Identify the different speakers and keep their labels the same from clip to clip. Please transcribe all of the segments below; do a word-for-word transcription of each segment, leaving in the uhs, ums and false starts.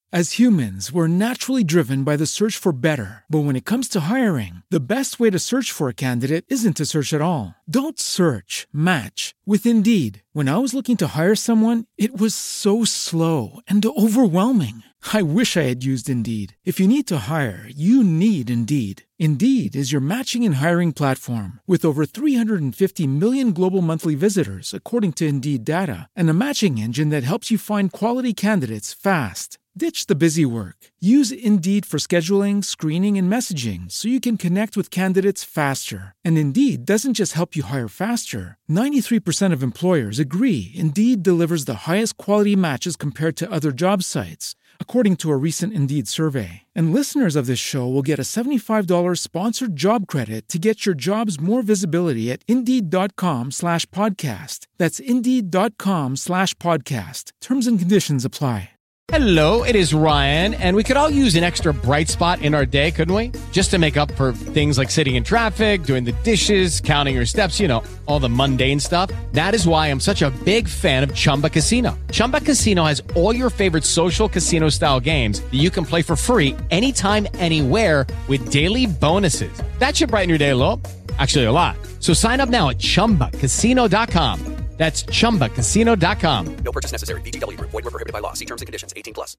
Speaker 1: As humans, we're naturally driven by the search for better. But when it comes to hiring, the best way to search for a candidate isn't to search at all. Don't search, match with Indeed. When I was looking to hire someone, it was so slow and overwhelming. I wish I had used Indeed. If you need to hire, you need Indeed. Indeed is your matching and hiring platform with over three hundred fifty million global monthly visitors, according to Indeed data, and a matching engine that helps you find quality candidates fast. Ditch the busy work. Use Indeed for scheduling, screening, and messaging so you can connect with candidates faster. And Indeed doesn't just help you hire faster. ninety-three percent of employers agree Indeed delivers the highest quality matches compared to other job sites, according to a recent Indeed survey. And listeners of this show will get a seventy-five dollars sponsored job credit to get your jobs more visibility at Indeed.com slash podcast. That's Indeed.com slash podcast. Terms and conditions apply.
Speaker 2: Hello, it is Ryan, and we could all use an extra bright spot in our day, couldn't we? Just to make up for things like sitting in traffic, doing the dishes, counting your steps, you know, all the mundane stuff. That is why I'm such a big fan of Chumba Casino. Chumba Casino has all your favorite social casino-style games that you can play for free anytime, anywhere with daily bonuses. That should brighten your day a little. Actually, a lot. So sign up now at Chumba Casino dot com. That's Chumba Casino dot com.
Speaker 3: No purchase necessary. V G W Group. Void where prohibited by law. See terms and conditions. eighteen plus.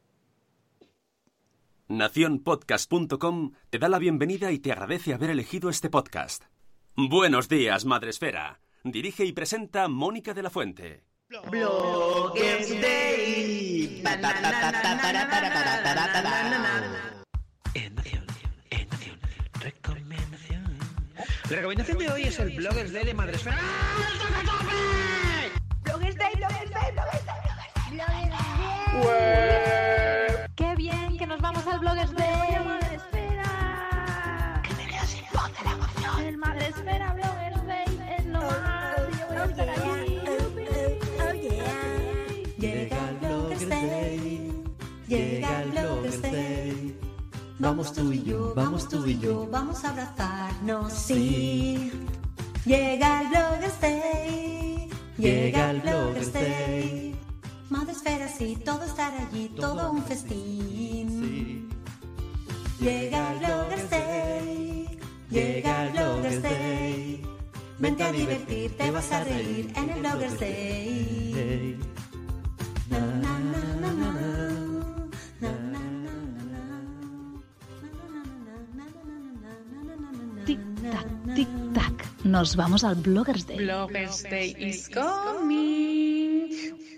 Speaker 4: Nación Podcast punto com te da la bienvenida y te agradece haber elegido este podcast. Buenos días, Madresfera. Dirige y presenta Mónica de la Fuente.
Speaker 5: Bloggers Day. En Nación, en Nación, recomendación. La recomendación de hoy es el Bloggers Day de Madresfera.
Speaker 6: Bloggers Day, Bloggers Day, Bloggers Day, Bloggers Day. ¡Qué bien que nos vamos al Bloggers Day! Madresfera.
Speaker 5: Que me quedo sin voz de la emoción.
Speaker 6: El Madresfera Bloggers Day es lo más. Yo voy a estar allí.
Speaker 7: Oh yeah. Llega el Bloggers Day. Llega el Bloggers Day. Vamos tú y yo, vamos tú y yo, vamos a abrazarnos, sí. Llega el Bloggers Day. Llega el Bloggers Day. Madresfera, sí, todo estar allí, todo un festín. Llega el Bloggers Day. Llega el Bloggers Day. Vente a divertir, te vas a reír en el Bloggers Day. Na, na, na, na, na, na. Na, na, na, na, na.
Speaker 6: Tic tac, tic tac. Nos vamos al Bloggers Day.
Speaker 8: Bloggers Day is coming.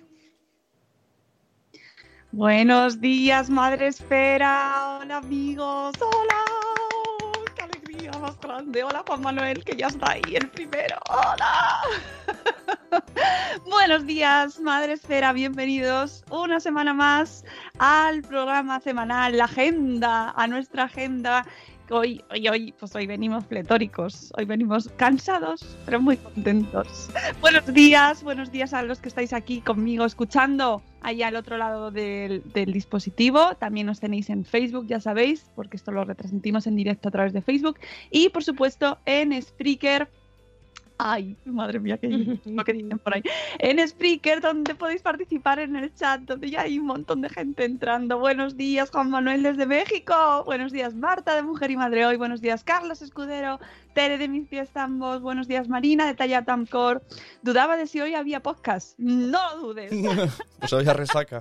Speaker 8: Buenos días, Madresfera. Hola, amigos. Hola. Qué alegría más grande. Hola, Juan Manuel, que ya está ahí el primero. Hola. Buenos días, Madresfera. Bienvenidos una semana más al programa semanal, la agenda, a nuestra agenda. Hoy, hoy, hoy, pues hoy venimos pletóricos, hoy venimos cansados, pero muy contentos. Buenos días, buenos días a los que estáis aquí conmigo escuchando ahí al otro lado del, del dispositivo. También nos tenéis en Facebook, ya sabéis, porque esto lo retransmitimos en directo a través de Facebook. Y, por supuesto, en Spreaker. Ay, madre mía, que lo que dicen por ahí. En Spreaker, donde podéis participar en el chat, donde ya hay un montón de gente entrando. Buenos días, Juan Manuel desde México. Buenos días, Marta de Mujer y Madre Hoy. Buenos días, Carlos Escudero. Tere de Mis Pies Tambos. Buenos días, Marina de Talla Tamcor. Dudaba de si hoy había podcast. No lo dudes.
Speaker 9: Pues había resaca.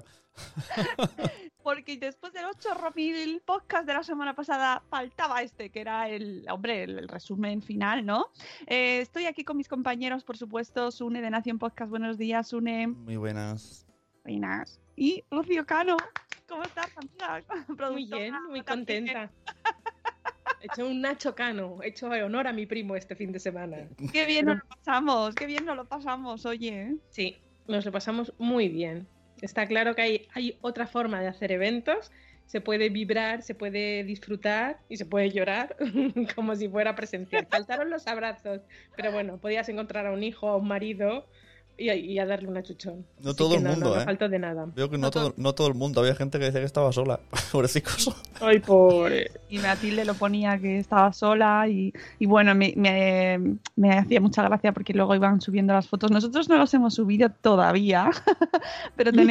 Speaker 8: Porque después del ocho mil podcast de la semana pasada faltaba este, que era el, hombre, el, el resumen final, ¿no? Eh, estoy aquí con mis compañeros, por supuesto, Sune de Nación Podcast. Buenos días, Sune.
Speaker 9: Muy buenas.
Speaker 8: Buenas. Y Rocío Cano. ¿Cómo estás, amiga?
Speaker 10: Muy bien, muy contenta. He hecho un Nacho Cano, he hecho honor a mi primo este fin de semana.
Speaker 8: Qué bien nos lo pasamos, qué bien nos lo pasamos, oye.
Speaker 10: Sí, nos lo pasamos muy bien. Está claro que hay, hay otra forma de hacer eventos. Se puede vibrar, se puede disfrutar y se puede llorar como si fuera presencial. Faltaron los abrazos, pero bueno, podías encontrar a un hijo, a un marido y, y a darle un achuchón.
Speaker 9: No Así todo el
Speaker 10: no,
Speaker 9: mundo,
Speaker 10: no, no
Speaker 9: ¿eh?
Speaker 10: faltó de nada.
Speaker 9: Veo que no, no, todo, no todo el mundo. Había gente que decía que estaba sola. Pobrecicos.
Speaker 10: Ay, pobre.
Speaker 8: Y Matilde lo ponía que estaba sola y, y bueno, me, me, me hacía mucha gracia porque luego iban subiendo las fotos. Nosotros no las hemos subido todavía, pero tenemos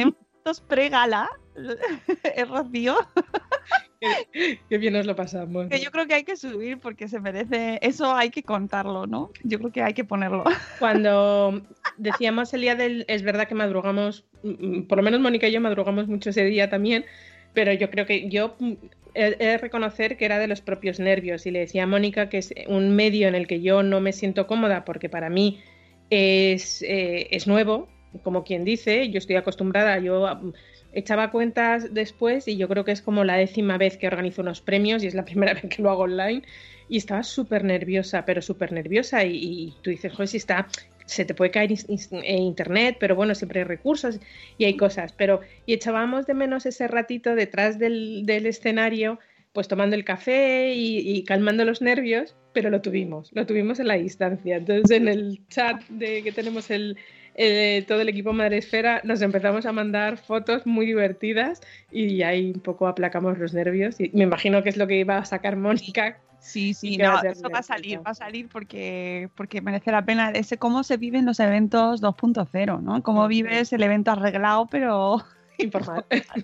Speaker 8: fotos pre-gala, es Rocío.
Speaker 10: Qué, qué bien nos lo pasamos.
Speaker 8: Que yo creo que hay que subir porque se merece, eso hay que contarlo, ¿no? Yo creo que hay que ponerlo.
Speaker 10: Cuando decíamos el día del, es verdad que madrugamos, por lo menos Mónica y yo madrugamos mucho ese día también, pero yo creo que yo he de reconocer que era de los propios nervios y le decía a Mónica que es un medio en el que yo no me siento cómoda porque para mí es, eh, es nuevo, como quien dice, yo estoy acostumbrada, yo echaba cuentas después y yo creo que es como la décima vez que organizo unos premios y es la primera vez que lo hago online y estaba súper nerviosa, pero súper nerviosa y, y tú dices, joder, si está, se te puede caer en internet, pero bueno, siempre hay recursos y hay cosas, pero y echábamos de menos ese ratito detrás del, del escenario, pues tomando el café y, y calmando los nervios, pero lo tuvimos, lo tuvimos en la distancia. Entonces en el chat de que tenemos el Eh, todo el equipo Madresfera nos empezamos a mandar fotos muy divertidas y ahí un poco aplacamos los nervios y me imagino que es lo que iba a sacar Mónica.
Speaker 8: Sí, sí, no, eso va a salir, va a salir porque, porque merece la pena ese cómo se viven los eventos dos punto cero, ¿no? Cómo vives el evento arreglado pero
Speaker 10: informal.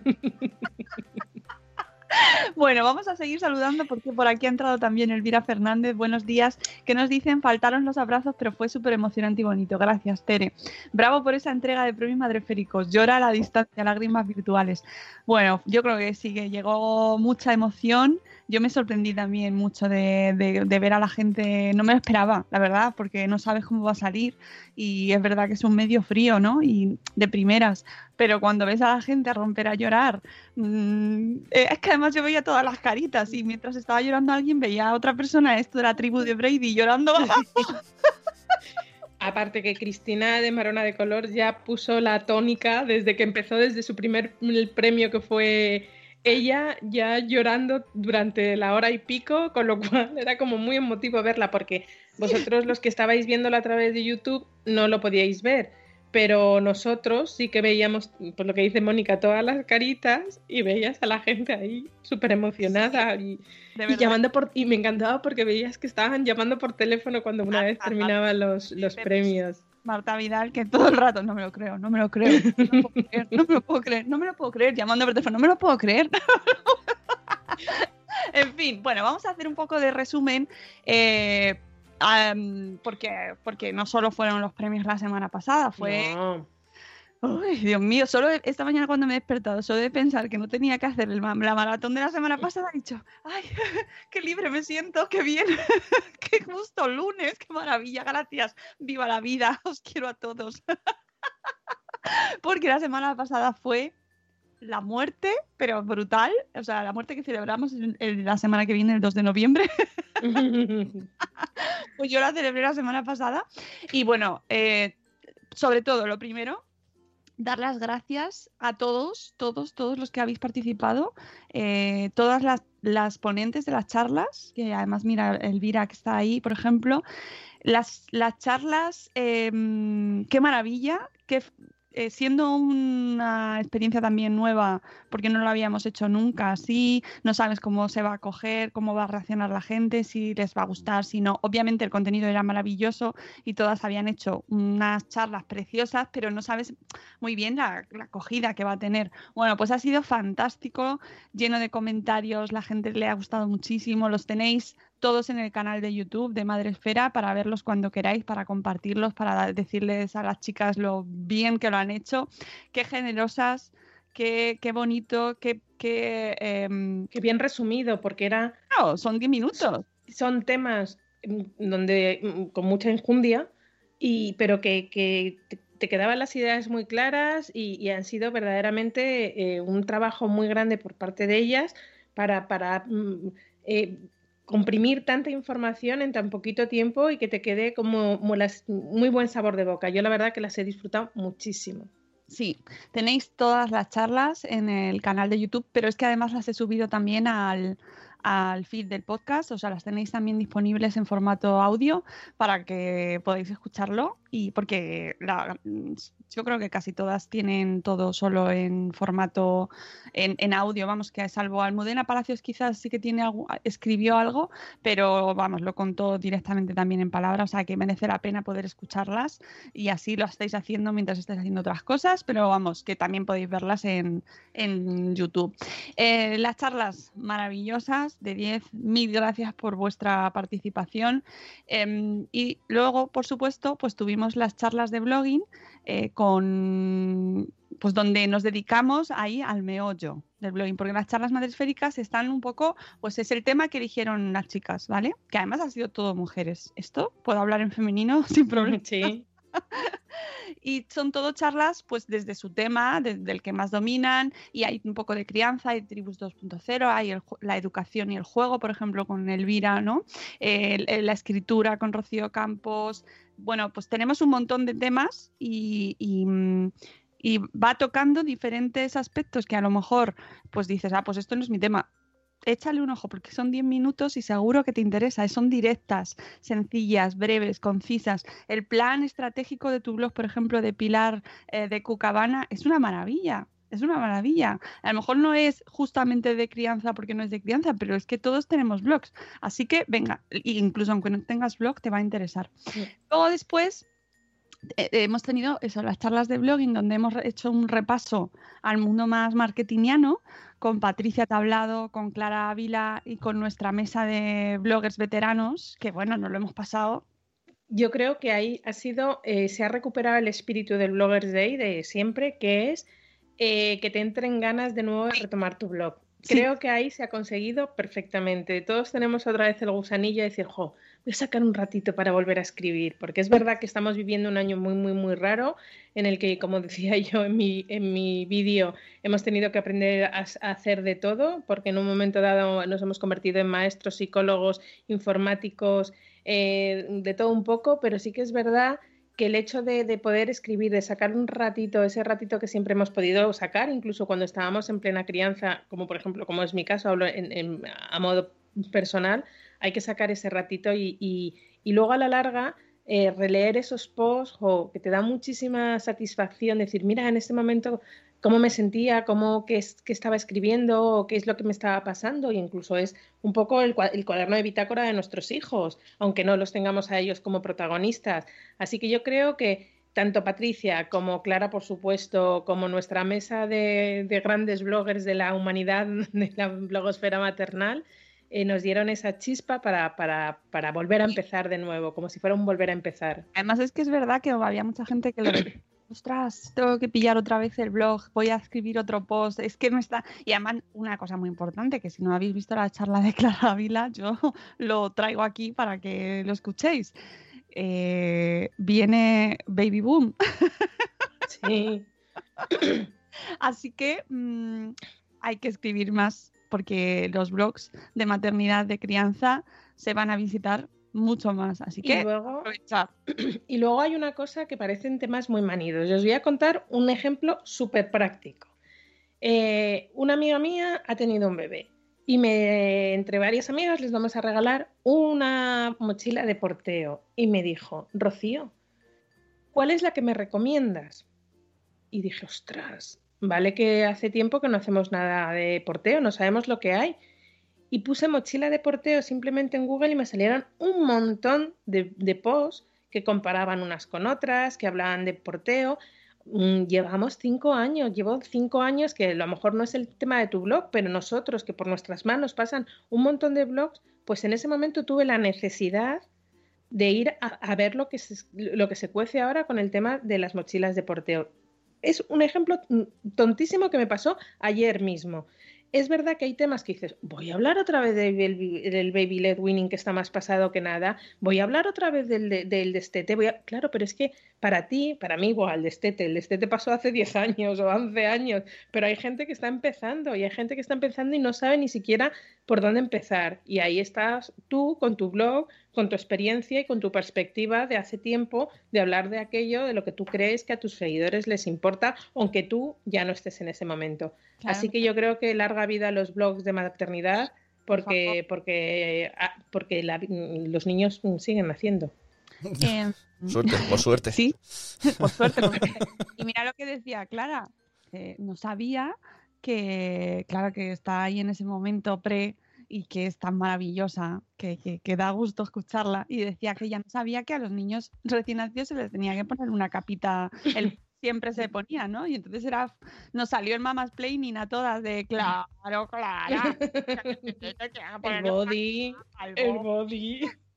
Speaker 8: Bueno, vamos a seguir saludando porque por aquí ha entrado también Elvira Fernández. Buenos días, que nos dicen, faltaron los abrazos, pero fue súper emocionante y bonito. Gracias, Tere. Bravo por esa entrega de premios madreféricos. Llora a la distancia, lágrimas virtuales. Bueno, yo creo que sí, que llegó mucha emoción. Yo me sorprendí también mucho de, de, de ver a la gente, no me lo esperaba, la verdad, porque no sabes cómo va a salir y es verdad que es un medio frío, ¿no? Y de primeras, pero cuando ves a la gente a romper a llorar, mmm, es que además yo veía todas las caritas y mientras estaba llorando alguien veía a otra persona, esto de la tribu de Brady, llorando abajo.
Speaker 10: Aparte que Cristina de Marona de Color ya puso la tónica desde que empezó, desde su primer el premio que fue ella ya llorando durante la hora y pico, con lo cual era como muy emotivo verla, porque vosotros los que estabais viéndolo a través de YouTube no lo podíais ver, pero nosotros sí que veíamos, por lo que dice Mónica, todas las caritas y veías a la gente ahí súper emocionada y, y llamando por, y me encantaba porque veías que estaban llamando por teléfono cuando una vez terminaban los, los premios.
Speaker 8: Marta Vidal, que todo el rato, no me lo creo, no me lo creo, no me lo puedo creer, no me lo puedo creer, no me lo puedo creer, llamando por teléfono, no me lo puedo creer. En fin, bueno, vamos a hacer un poco de resumen, eh, um, porque, porque no solo fueron los premios la semana pasada, fue...
Speaker 10: No.
Speaker 8: Uy, Dios mío, solo esta mañana cuando me he despertado, solo de pensar que no tenía que hacer el, la maratón de la semana pasada, he dicho, ay, qué libre me siento, qué bien, qué gusto, lunes, qué maravilla, gracias, viva la vida, os quiero a todos. Porque la semana pasada fue la muerte, pero brutal, o sea, la muerte que celebramos el, el, la semana que viene, el dos de noviembre. Pues yo la celebré la semana pasada y bueno, eh, sobre todo, lo primero, dar las gracias a todos, todos, todos los que habéis participado, eh, todas las, las ponentes de las charlas, que además mira Elvira que está ahí, por ejemplo, las, las charlas, eh, qué maravilla, que eh, siendo una experiencia también nueva, porque no lo habíamos hecho nunca así, no sabes cómo se va a acoger, cómo va a reaccionar la gente, si les va a gustar, si no. Obviamente el contenido era maravilloso y todas habían hecho unas charlas preciosas, pero no sabes muy bien la, la acogida que va a tener. Bueno, pues ha sido fantástico, lleno de comentarios, la gente le ha gustado muchísimo, los tenéis todos en el canal de YouTube de Madresfera para verlos cuando queráis, para compartirlos, para decirles a las chicas lo bien que lo han hecho, qué generosas, qué, qué bonito, qué, qué, eh...
Speaker 10: qué bien resumido, porque era...
Speaker 8: No, son diez minutos.
Speaker 10: Son temas donde con mucha enjundia, y, pero que, que te quedaban las ideas muy claras y, y han sido verdaderamente eh, un trabajo muy grande por parte de ellas para... para eh, comprimir tanta información en tan poquito tiempo y que te quede como muy, muy buen sabor de boca. Yo la verdad que las he disfrutado muchísimo.
Speaker 8: Sí, tenéis todas las charlas en el canal de YouTube, pero es que además las he subido también al, al feed del podcast, o sea, las tenéis también disponibles en formato audio para que podáis escucharlo y porque la, yo creo que casi todas tienen todo solo en formato, en, en audio, vamos, que salvo Almudena Palacios quizás sí que tiene algo, escribió algo, pero vamos, lo contó directamente también en palabras, o sea que merece la pena poder escucharlas y así lo estáis haciendo mientras estáis haciendo otras cosas, pero vamos, que también podéis verlas en, en YouTube. Eh, las charlas maravillosas de diez, mil gracias por vuestra participación. Eh, y luego, por supuesto, pues tuvimos las charlas de blogging eh, con, pues donde nos dedicamos ahí al meollo del blogging, porque las charlas madresféricas están un poco, pues es el tema que eligieron las chicas, ¿vale? Que además ha sido todo mujeres. ¿Esto? ¿Puedo hablar en femenino sin problema?
Speaker 10: Sí.
Speaker 8: Y son todo charlas pues desde su tema, desde el que más dominan, y hay un poco de crianza, hay tribus dos punto cero, hay el, la educación y el juego, por ejemplo, con Elvira, ¿no? Eh, la escritura con Rocío Campos. Bueno, pues tenemos un montón de temas y, y, y va tocando diferentes aspectos que a lo mejor pues dices, ah, pues esto no es mi tema. Échale un ojo porque son diez minutos y seguro que te interesa. Son directas, sencillas, breves, concisas. El plan estratégico de tu blog, por ejemplo, de Pilar eh, de Cucabana, es una maravilla. Es una maravilla. A lo mejor no es justamente de crianza porque no es de crianza, pero es que todos tenemos blogs. Así que, venga, incluso aunque no tengas blog, te va a interesar. Sí. Luego después eh, hemos tenido eso, las charlas de blogging donde hemos hecho un repaso al mundo más marketingiano con Patricia Tablado, con Clara Ávila y con nuestra mesa de bloggers veteranos, que bueno, nos lo hemos pasado.
Speaker 10: Yo creo que ahí ha sido, eh, se ha recuperado el espíritu del Bloggers Day de siempre, que es eh, que te entren ganas de nuevo de retomar tu blog. Sí. Creo que ahí se ha conseguido perfectamente. Todos tenemos otra vez el gusanillo de decir, jo, voy a sacar un ratito para volver a escribir, porque es verdad que estamos viviendo un año muy, muy, muy raro, en el que, como decía yo en mi, en mi vídeo, hemos tenido que aprender a, a hacer de todo, porque en un momento dado nos hemos convertido en maestros, psicólogos, informáticos, eh, de todo un poco, pero sí que es verdad que el hecho de, de poder escribir, de sacar un ratito, ese ratito que siempre hemos podido sacar, incluso cuando estábamos en plena crianza, como por ejemplo, como es mi caso, hablo en, en, a modo personal, hay que sacar ese ratito y, y, y luego a la larga eh, releer esos posts oh, que te da muchísima satisfacción, decir, mira, en este momento cómo me sentía, cómo, qué, es, qué estaba escribiendo, o qué es lo que me estaba pasando, e incluso es un poco el, el cuaderno de bitácora de nuestros hijos, aunque no los tengamos a ellos como protagonistas. Así que yo creo que tanto Patricia como Clara, por supuesto, como nuestra mesa de, de grandes bloggers de la humanidad, de la blogosfera maternal, eh, nos dieron esa chispa para, para, para volver a empezar de nuevo, como si fuera un volver a empezar.
Speaker 8: Además es que es verdad que había mucha gente que lo decía, ostras, tengo que pillar otra vez el blog, voy a escribir otro post, es que no está... Y además una cosa muy importante, que si no habéis visto la charla de Clara Ávila, yo lo traigo aquí para que lo escuchéis. Eh, viene Baby Boom.
Speaker 10: Sí.
Speaker 8: Así que mmm, hay que escribir más porque los blogs de maternidad, de crianza, se van a visitar mucho más, así que
Speaker 10: y luego, aprovechar. Y luego hay una cosa que parecen temas muy manidos. Yo os voy a contar un ejemplo súper práctico. Eh, una amiga mía ha tenido un bebé y me, entre varias amigas les vamos a regalar una mochila de porteo y me dijo, Rocío, ¿cuál es la que me recomiendas? Y dije, ostras, vale que hace tiempo que no hacemos nada de porteo, no sabemos lo que hay. Y puse mochila de porteo simplemente en Google y me salieron un montón de, de posts que comparaban unas con otras, que hablaban de porteo. Mm, llevamos cinco años, llevo cinco años que a lo mejor no es el tema de tu blog, pero nosotros que por nuestras manos pasan un montón de blogs, pues en ese momento tuve la necesidad de ir a, a ver lo que, se, lo que se cuece ahora con el tema de las mochilas de porteo. Es un ejemplo tontísimo que me pasó ayer mismo. Es verdad que hay temas que dices, voy a hablar otra vez del, del baby led weaning que está más pasado que nada, voy a hablar otra vez del, del destete, voy a... claro, pero es que para ti, para mí igual, el destete, el destete pasó hace diez años o once años, pero hay gente que está empezando y hay gente que está empezando y no sabe ni siquiera por dónde empezar. Y ahí estás tú con tu blog, con tu experiencia y con tu perspectiva de hace tiempo de hablar de aquello, de lo que tú crees que a tus seguidores les importa, aunque tú ya no estés en ese momento. Claro. Así que yo creo que larga vida a los blogs de maternidad porque, porque, porque la, los niños siguen naciendo.
Speaker 8: Eh,
Speaker 9: Suerte, por suerte.
Speaker 8: Sí, por suerte. Porque... Y mira lo que decía Clara, eh, no sabía que, claro, que está ahí en ese momento pre y que es tan maravillosa, que, que, que da gusto escucharla. Y decía que ella no sabía que a los niños recién nacidos se les tenía que poner una capita, el siempre se ponía, ¿no? Y entonces era, nos salió el Mama's Planning a todas de, claro, Clara.
Speaker 10: El body, el body.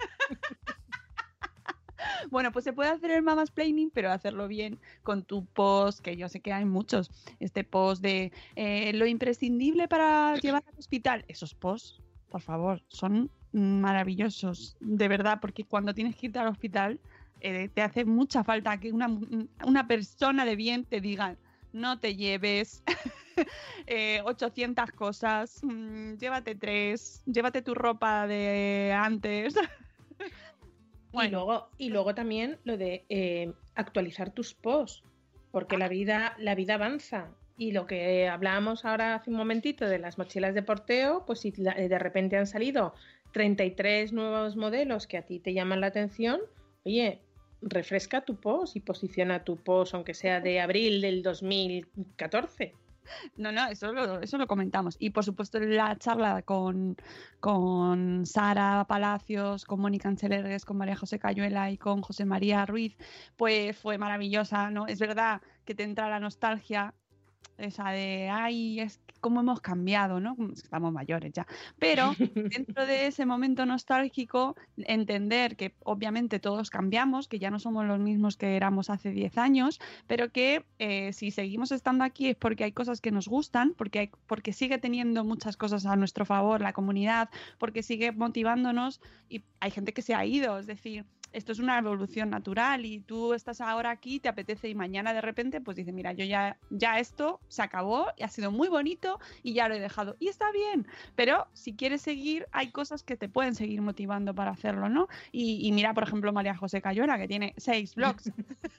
Speaker 8: Bueno, pues se puede hacer el Mama's Planning, pero hacerlo bien con tu post, que yo sé que hay muchos. Este post de eh, lo imprescindible para llevar al hospital. Esos posts, por favor, son maravillosos, de verdad, porque cuando tienes que irte al hospital eh, te hace mucha falta que una, una persona de bien te diga, no te lleves eh, ochocientas cosas, mmm, llévate tres, llévate tu ropa de antes.
Speaker 10: Bueno. Y, luego, y luego también lo de eh, actualizar tus posts, porque la vida, la vida avanza. Y lo que hablábamos ahora hace un momentito de las mochilas de porteo, pues si de repente han salido treinta y tres nuevos modelos que a ti te llaman la atención, oye, refresca tu post y posiciona tu post, aunque sea de abril del dos mil catorce.
Speaker 8: No, no, eso lo, eso lo comentamos. Y por supuesto la charla con, con Sara Palacios, con Mónica Anchelergues, con María José Cayuela y con José María Ruiz, pues fue maravillosa, ¿no? Es verdad que te entra la nostalgia, esa de, ay, es cómo hemos cambiado, ¿no? Estamos mayores ya. Pero dentro de ese momento nostálgico, entender que obviamente todos cambiamos, que ya no somos los mismos que éramos hace diez años, pero que eh, si seguimos estando aquí es porque hay cosas que nos gustan, porque, hay, porque sigue teniendo muchas cosas a nuestro favor la comunidad, porque sigue motivándonos y hay gente que se ha ido, es decir... Esto es una evolución natural y tú estás ahora aquí, te apetece y mañana de repente pues dices, mira, yo ya, ya esto se acabó y ha sido muy bonito y ya lo he dejado. Y está bien, pero si quieres seguir hay cosas que te pueden seguir motivando para hacerlo, ¿no? Y, y mira, por ejemplo, María José Cayuela, que tiene seis blogs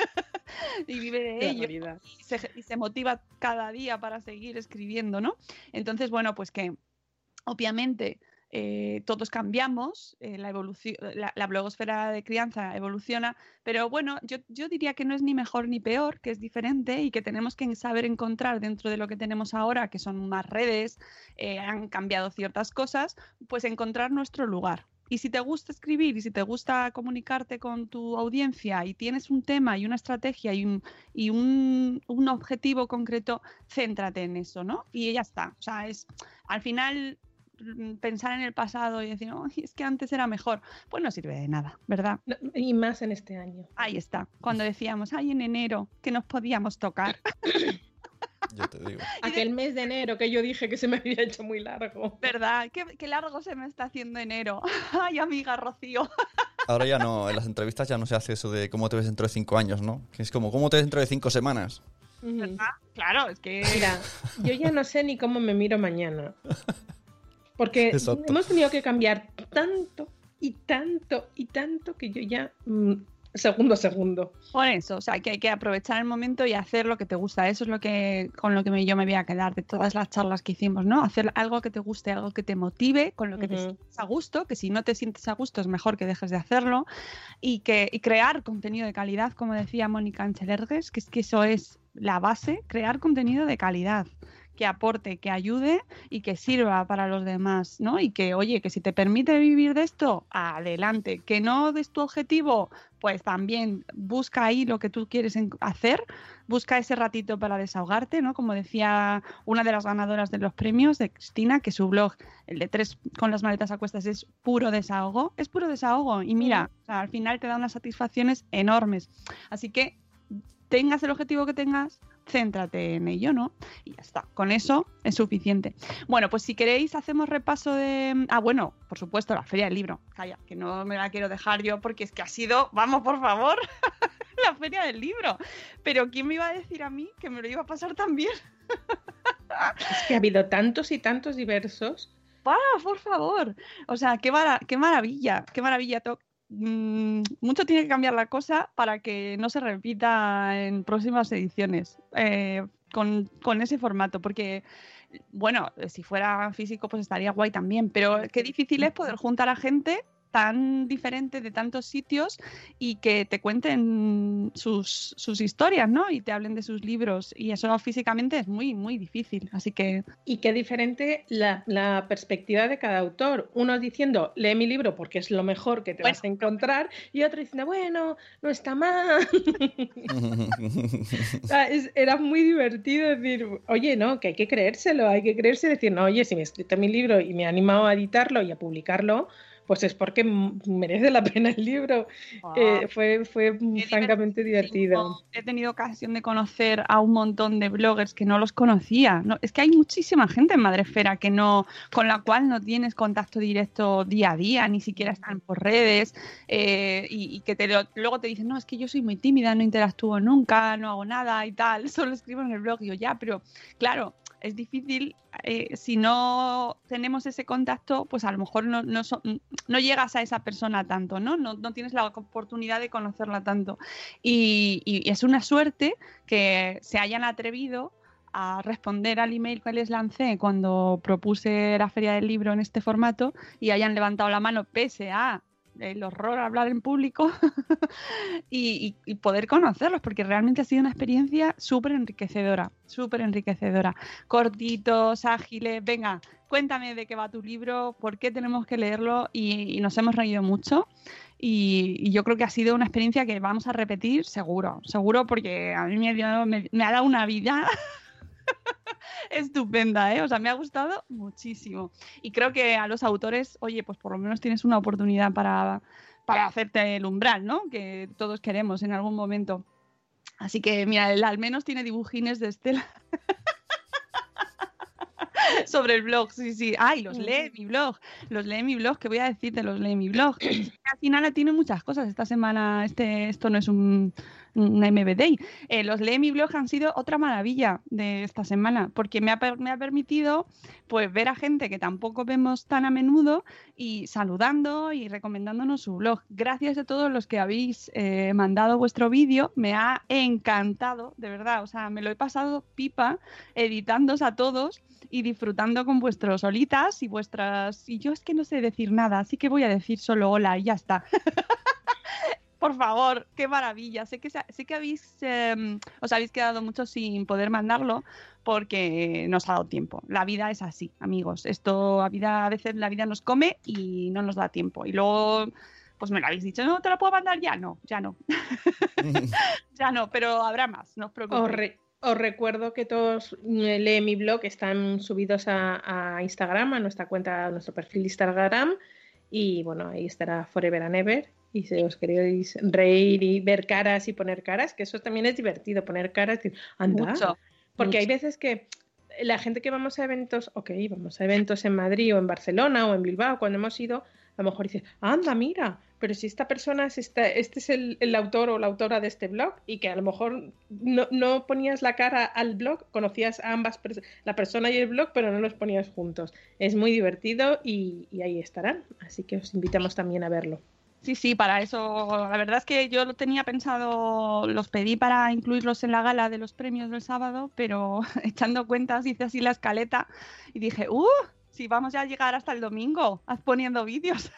Speaker 8: y vive de ello y se, y se motiva cada día para seguir escribiendo, ¿no? Entonces, bueno, pues que obviamente... Eh, todos cambiamos, eh, la, evolución, la, la blogosfera de crianza evoluciona, pero bueno, yo, yo diría que no es ni mejor ni peor, que es diferente y que tenemos que saber encontrar dentro de lo que tenemos ahora, que son más redes, eh, han cambiado ciertas cosas, pues encontrar nuestro lugar. Y si te gusta escribir y si te gusta comunicarte con tu audiencia y tienes un tema y una estrategia y un, y un, un objetivo concreto, céntrate en eso, ¿no? Y ya está. O sea, es al final... pensar en el pasado y decir, oh, es que antes era mejor, pues no sirve de nada, ¿verdad?
Speaker 10: No, y más en este año.
Speaker 8: Ahí está, cuando decíamos, ay, en enero, que nos podíamos tocar.
Speaker 9: Yo te digo.
Speaker 10: Aquel mes de enero que yo dije que se me había hecho muy largo.
Speaker 8: ¿Verdad? Qué, qué largo se me está haciendo enero. Ay, amiga Rocío.
Speaker 9: Ahora ya no, en las entrevistas ya no se hace eso de cómo te ves dentro de cinco años, ¿no? Que es como, ¿cómo te ves dentro de cinco semanas?
Speaker 8: ¿Verdad? Claro, es que...
Speaker 10: Mira, yo ya no sé ni cómo me miro mañana. Porque
Speaker 9: Exacto.
Speaker 10: Hemos tenido que cambiar tanto y tanto y tanto que yo ya mmm, segundo a segundo.
Speaker 8: Por eso, o sea, que hay que aprovechar el momento y hacer lo que te gusta. Eso es lo que con lo que me, yo me voy a quedar de todas las charlas que hicimos, ¿no? Hacer algo que te guste, algo que te motive, con lo que uh-huh. te sientes a gusto, que si no te sientes a gusto es mejor que dejes de hacerlo y que y crear contenido de calidad, como decía Mónica Anchelergues, que es que eso es la base, crear contenido de calidad. Que aporte, que ayude y que sirva para los demás, ¿no? Y que, oye, que si te permite vivir de esto, adelante. Que no des tu objetivo, pues también busca ahí lo que tú quieres hacer, busca ese ratito para desahogarte, ¿no? Como decía una de las ganadoras de los premios, de Cristina, que su blog, el de Tres con las maletas a cuestas, es puro desahogo, es puro desahogo. Y mira, o sea, al final te da unas satisfacciones enormes. Así que tengas el objetivo que tengas, céntrate en ello, ¿no? Y ya está, con eso es suficiente. Bueno, pues si queréis hacemos repaso de... Ah, bueno, por supuesto, la Feria del Libro. Calla, que no me la quiero dejar yo porque es que ha sido, vamos, por favor, la Feria del Libro. Pero ¿quién me iba a decir a mí que me lo iba a pasar tan bien?
Speaker 10: Es que ha habido tantos y tantos diversos.
Speaker 8: ¡Ah, por favor! O sea, qué, mara- qué maravilla, qué maravilla. To- Mm, mucho tiene que cambiar la cosa para que no se repita en próximas ediciones eh, con, con ese formato, porque bueno, si fuera físico pues estaría guay también, pero qué difícil es poder juntar a gente tan diferente de tantos sitios y que te cuenten sus, sus historias, ¿no? Y te hablen de sus libros. Y eso físicamente es muy, muy difícil. Así que...
Speaker 10: Y qué diferente la, la perspectiva de cada autor. Uno diciendo, lee mi libro porque es lo mejor que te bueno. vas a encontrar, y otro diciendo, bueno, no está mal. O sea, es, era muy divertido decir, oye, no, que hay que creérselo, hay que creerse y decir, no, oye, si me he escrito mi libro y me he animado a editarlo y a publicarlo, pues es porque merece la pena el libro. Oh, eh, fue fue francamente divertido.
Speaker 8: He tenido ocasión de conocer a un montón de bloggers que no los conocía. No, es que hay muchísima gente en Madrefera que no, con la cual no tienes contacto directo día a día, ni siquiera están por redes, eh, y, y que te lo, luego te dicen, no, es que yo soy muy tímida, no interactúo nunca, no hago nada y tal, solo escribo en el blog. Y yo, ya, pero claro, es difícil, eh, si no tenemos ese contacto, pues a lo mejor no, no, so, no llegas a esa persona tanto, ¿no? No, no tienes la oportunidad de conocerla tanto. Y, y es una suerte que se hayan atrevido a responder al email que les lancé cuando propuse la Feria del Libro en este formato y hayan levantado la mano pese a el horror a hablar en público y, y, y poder conocerlos, porque realmente ha sido una experiencia súper enriquecedora, súper enriquecedora. Cortitos, ágiles, venga, cuéntame de qué va tu libro, por qué tenemos que leerlo, y, y nos hemos reído mucho. Y, y yo creo que ha sido una experiencia que vamos a repetir seguro, seguro, porque a mí me, dio, me, me ha dado una vida estupenda, ¿eh? O sea, me ha gustado muchísimo. Y creo que a los autores, oye, pues por lo menos tienes una oportunidad para, para hacerte el umbral, ¿no? Que todos queremos en algún momento. Así que, mira, él al menos tiene dibujines de Estela. Sobre el blog, sí, sí. Ay, los lee mi blog. Los lee mi blog. ¿Qué voy a decirte? Los lee mi blog. Al final tiene muchas cosas. Esta semana, este, esto no es un, un M V Day. Eh, los lee mi blog han sido otra maravilla de esta semana, porque me ha, me ha permitido pues ver a gente que tampoco vemos tan a menudo y saludando y recomendándonos su blog. Gracias a todos los que habéis eh, mandado vuestro vídeo. Me ha encantado, de verdad. O sea, me lo he pasado pipa editándoos a todos y disfrutando con vuestros olitas y vuestras... Y yo es que no sé decir nada, así que voy a decir solo hola y ya está. Por favor, qué maravilla. Sé que, sé que habéis, eh, os habéis quedado mucho sin poder mandarlo porque no os ha dado tiempo. La vida es así, amigos. Esto, a, vida, a veces la vida nos come y no nos da tiempo. Y luego... pues me lo habéis dicho, ¿no te lo puedo mandar ya? No, ya no. Ya no, pero habrá más, no os preocupéis.
Speaker 10: Os recuerdo que todos lee mi blog están subidos a, a Instagram, a nuestra cuenta, a nuestro perfil de Instagram, y bueno, ahí estará Forever and Ever. Y si os queréis reír y ver caras y poner caras, que eso también es divertido, poner caras y decir, anda. Mucho, porque mucho. Hay veces que la gente que vamos a eventos, ok, vamos a eventos en Madrid o en Barcelona o en Bilbao, cuando hemos ido, a lo mejor dices, anda, mira, pero si esta persona es esta, este es el, el autor o la autora de este blog, y que a lo mejor no, no ponías la cara al blog, conocías a ambas personas, la persona y el blog, pero no los ponías juntos. Es muy divertido y, y ahí estarán, así que os invitamos también a verlo.
Speaker 8: Sí, sí, para eso, la verdad es que yo lo tenía pensado, los pedí para incluirlos en la gala de los premios del sábado, pero echando cuentas hice así la escaleta y dije, ¡uh! Si vamos ya a llegar hasta el domingo, haz poniendo vídeos.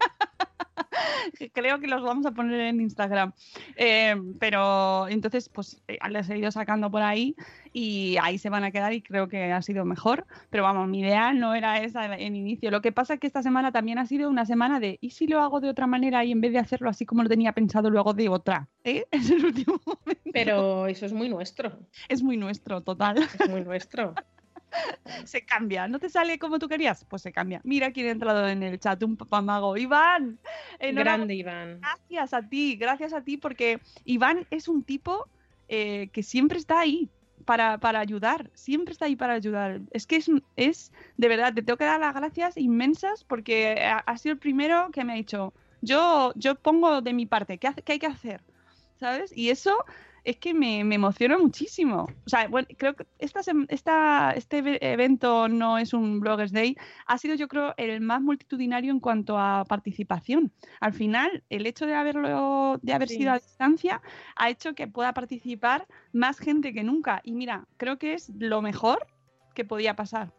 Speaker 8: Creo que los vamos a poner en Instagram. Eh, pero entonces, pues les he ido sacando por ahí y ahí se van a quedar y creo que ha sido mejor. Pero vamos, mi idea no era esa en inicio. Lo que pasa es que esta semana también ha sido una semana de ¿y si lo hago de otra manera y en vez de hacerlo así como lo tenía pensado, lo hago de otra? ¿Eh? Es el último momento.
Speaker 10: Pero eso es muy nuestro.
Speaker 8: Es muy nuestro, total.
Speaker 10: Es muy nuestro.
Speaker 8: Se cambia, ¿no te sale como tú querías? Pues se cambia. Mira quién ha entrado en el chat, un papamago. Iván,
Speaker 10: grande Iván.
Speaker 8: Gracias a ti, gracias a ti, porque Iván es un tipo eh, que siempre está ahí para, para ayudar, siempre está ahí para ayudar. Es que es, es, de verdad, te tengo que dar las gracias inmensas porque ha, ha sido el primero que me ha dicho, yo, yo pongo de mi parte, ¿qué, qué hay que hacer? ¿Sabes? Y eso... es que me, me emociona muchísimo. O sea, bueno, creo que esta, esta, este evento no es un Bloggers Day. Ha sido, yo creo, el más multitudinario en cuanto a participación. Al final, el hecho de haberlo, de haber sí. sido a distancia ha hecho que pueda participar más gente que nunca. Y mira, creo que es lo mejor que podía pasar.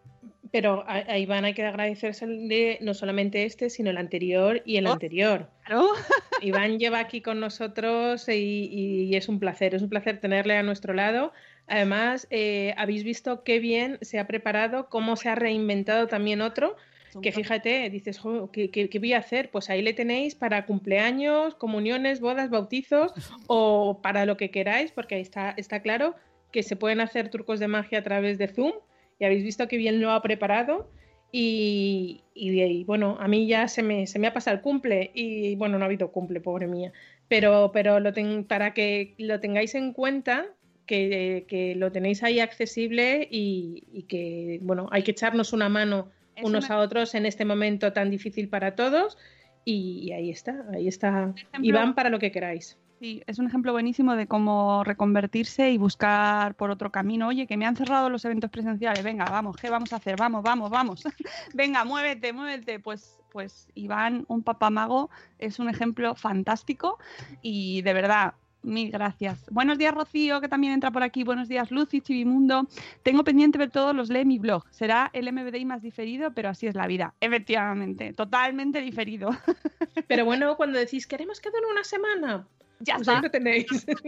Speaker 10: Pero a, a Iván hay que agradecérsele no solamente este, sino el anterior y el
Speaker 8: Oh,
Speaker 10: anterior.
Speaker 8: Claro.
Speaker 10: Iván lleva aquí con nosotros y, y es un placer, es un placer tenerle a nuestro lado. Además, eh, habéis visto qué bien se ha preparado, cómo se ha reinventado también otro, que fíjate, dices, "Jo, ¿qué, qué, qué voy a hacer?". Pues ahí le tenéis para cumpleaños, comuniones, bodas, bautizos o para lo que queráis, porque ahí está, está claro que se pueden hacer trucos de magia a través de Zoom. Y habéis visto qué bien lo ha preparado. Y, y, y bueno, a mí ya se me, se me ha pasado el cumple. Y bueno, no ha habido cumple, pobre mía. Pero, pero lo ten, para que lo tengáis en cuenta, que, que lo tenéis ahí accesible y, y que, bueno, hay que echarnos una mano
Speaker 8: Es
Speaker 10: unos
Speaker 8: una-
Speaker 10: a otros en este momento tan difícil para todos. Y, y ahí está, ahí está
Speaker 8: ejemplo-
Speaker 10: Iván para lo que queráis.
Speaker 8: Sí, es un ejemplo buenísimo de cómo reconvertirse y buscar por otro camino. Oye, que me han cerrado los eventos presenciales. Venga, vamos, ¿qué vamos a hacer? Vamos, vamos, vamos. Venga, muévete, muévete. Pues, pues Iván, un papamago, es un ejemplo fantástico y de verdad, mil gracias. Buenos días, Rocío, que también entra por aquí. Buenos días, Lucy, Chivimundo. Tengo pendiente ver todos los lee mi blog. Será el M V D I más diferido, pero así es la vida. Efectivamente, totalmente diferido.
Speaker 10: Pero bueno, cuando decís, queremos que dure una semana,
Speaker 8: Ya
Speaker 10: pues
Speaker 8: está.
Speaker 10: ahí lo tenéis.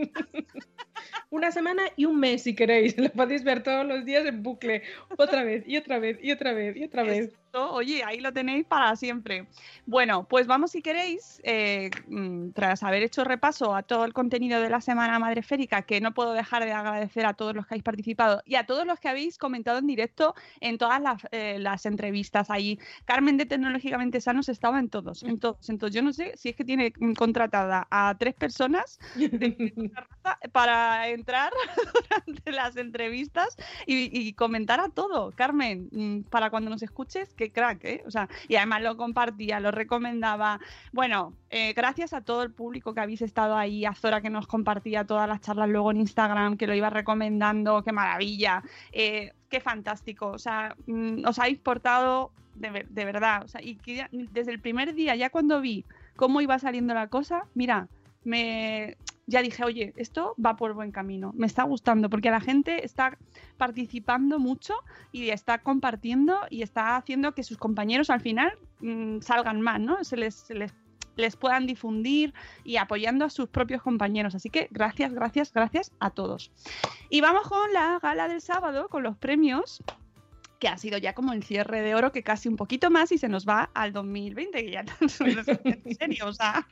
Speaker 10: Una semana y un mes, si queréis. Lo podéis ver todos los días en bucle. Otra vez, y otra vez, y otra vez, y otra vez.
Speaker 8: Esto, oye, ahí lo tenéis para siempre. Bueno, pues vamos, si queréis, eh, mm, tras haber hecho repaso a todo el contenido de la Semana Madreférica, que no puedo dejar de agradecer a todos los que habéis participado y a todos los que habéis comentado en directo en todas las, eh, las entrevistas ahí. Carmen de Tecnológicamente Sanos estaba en todos, en todos. Entonces yo no sé si es que tiene mm, contratada a tres personas de una raza para entrar durante las entrevistas y, y comentar a todo. Carmen, mm, para cuando nos escuches, qué crack, ¿eh? O sea, y además lo compartía, lo recomendaba. Bueno, eh, gracias a todo el público que habéis estado ahí, a Zora que nos compartía todas las charlas luego en Instagram, que lo iba recomendando, qué maravilla, eh, qué fantástico. O sea, mm, os habéis portado de, ver- de verdad. O sea, y que ya- desde el primer día, ya cuando vi cómo iba saliendo la cosa, mira, me ya dije, oye, esto va por buen camino, me está gustando, porque la gente está participando mucho y está compartiendo y está haciendo que sus compañeros al final mmm, salgan más, ¿no? Se les, se les, les puedan difundir y apoyando a sus propios compañeros. Así que gracias, gracias, gracias a todos. Y vamos con la gala del sábado, con los premios, que ha sido ya como el cierre de oro, que casi un poquito más y se nos va al dos mil veinte, que ya en serio, o sea,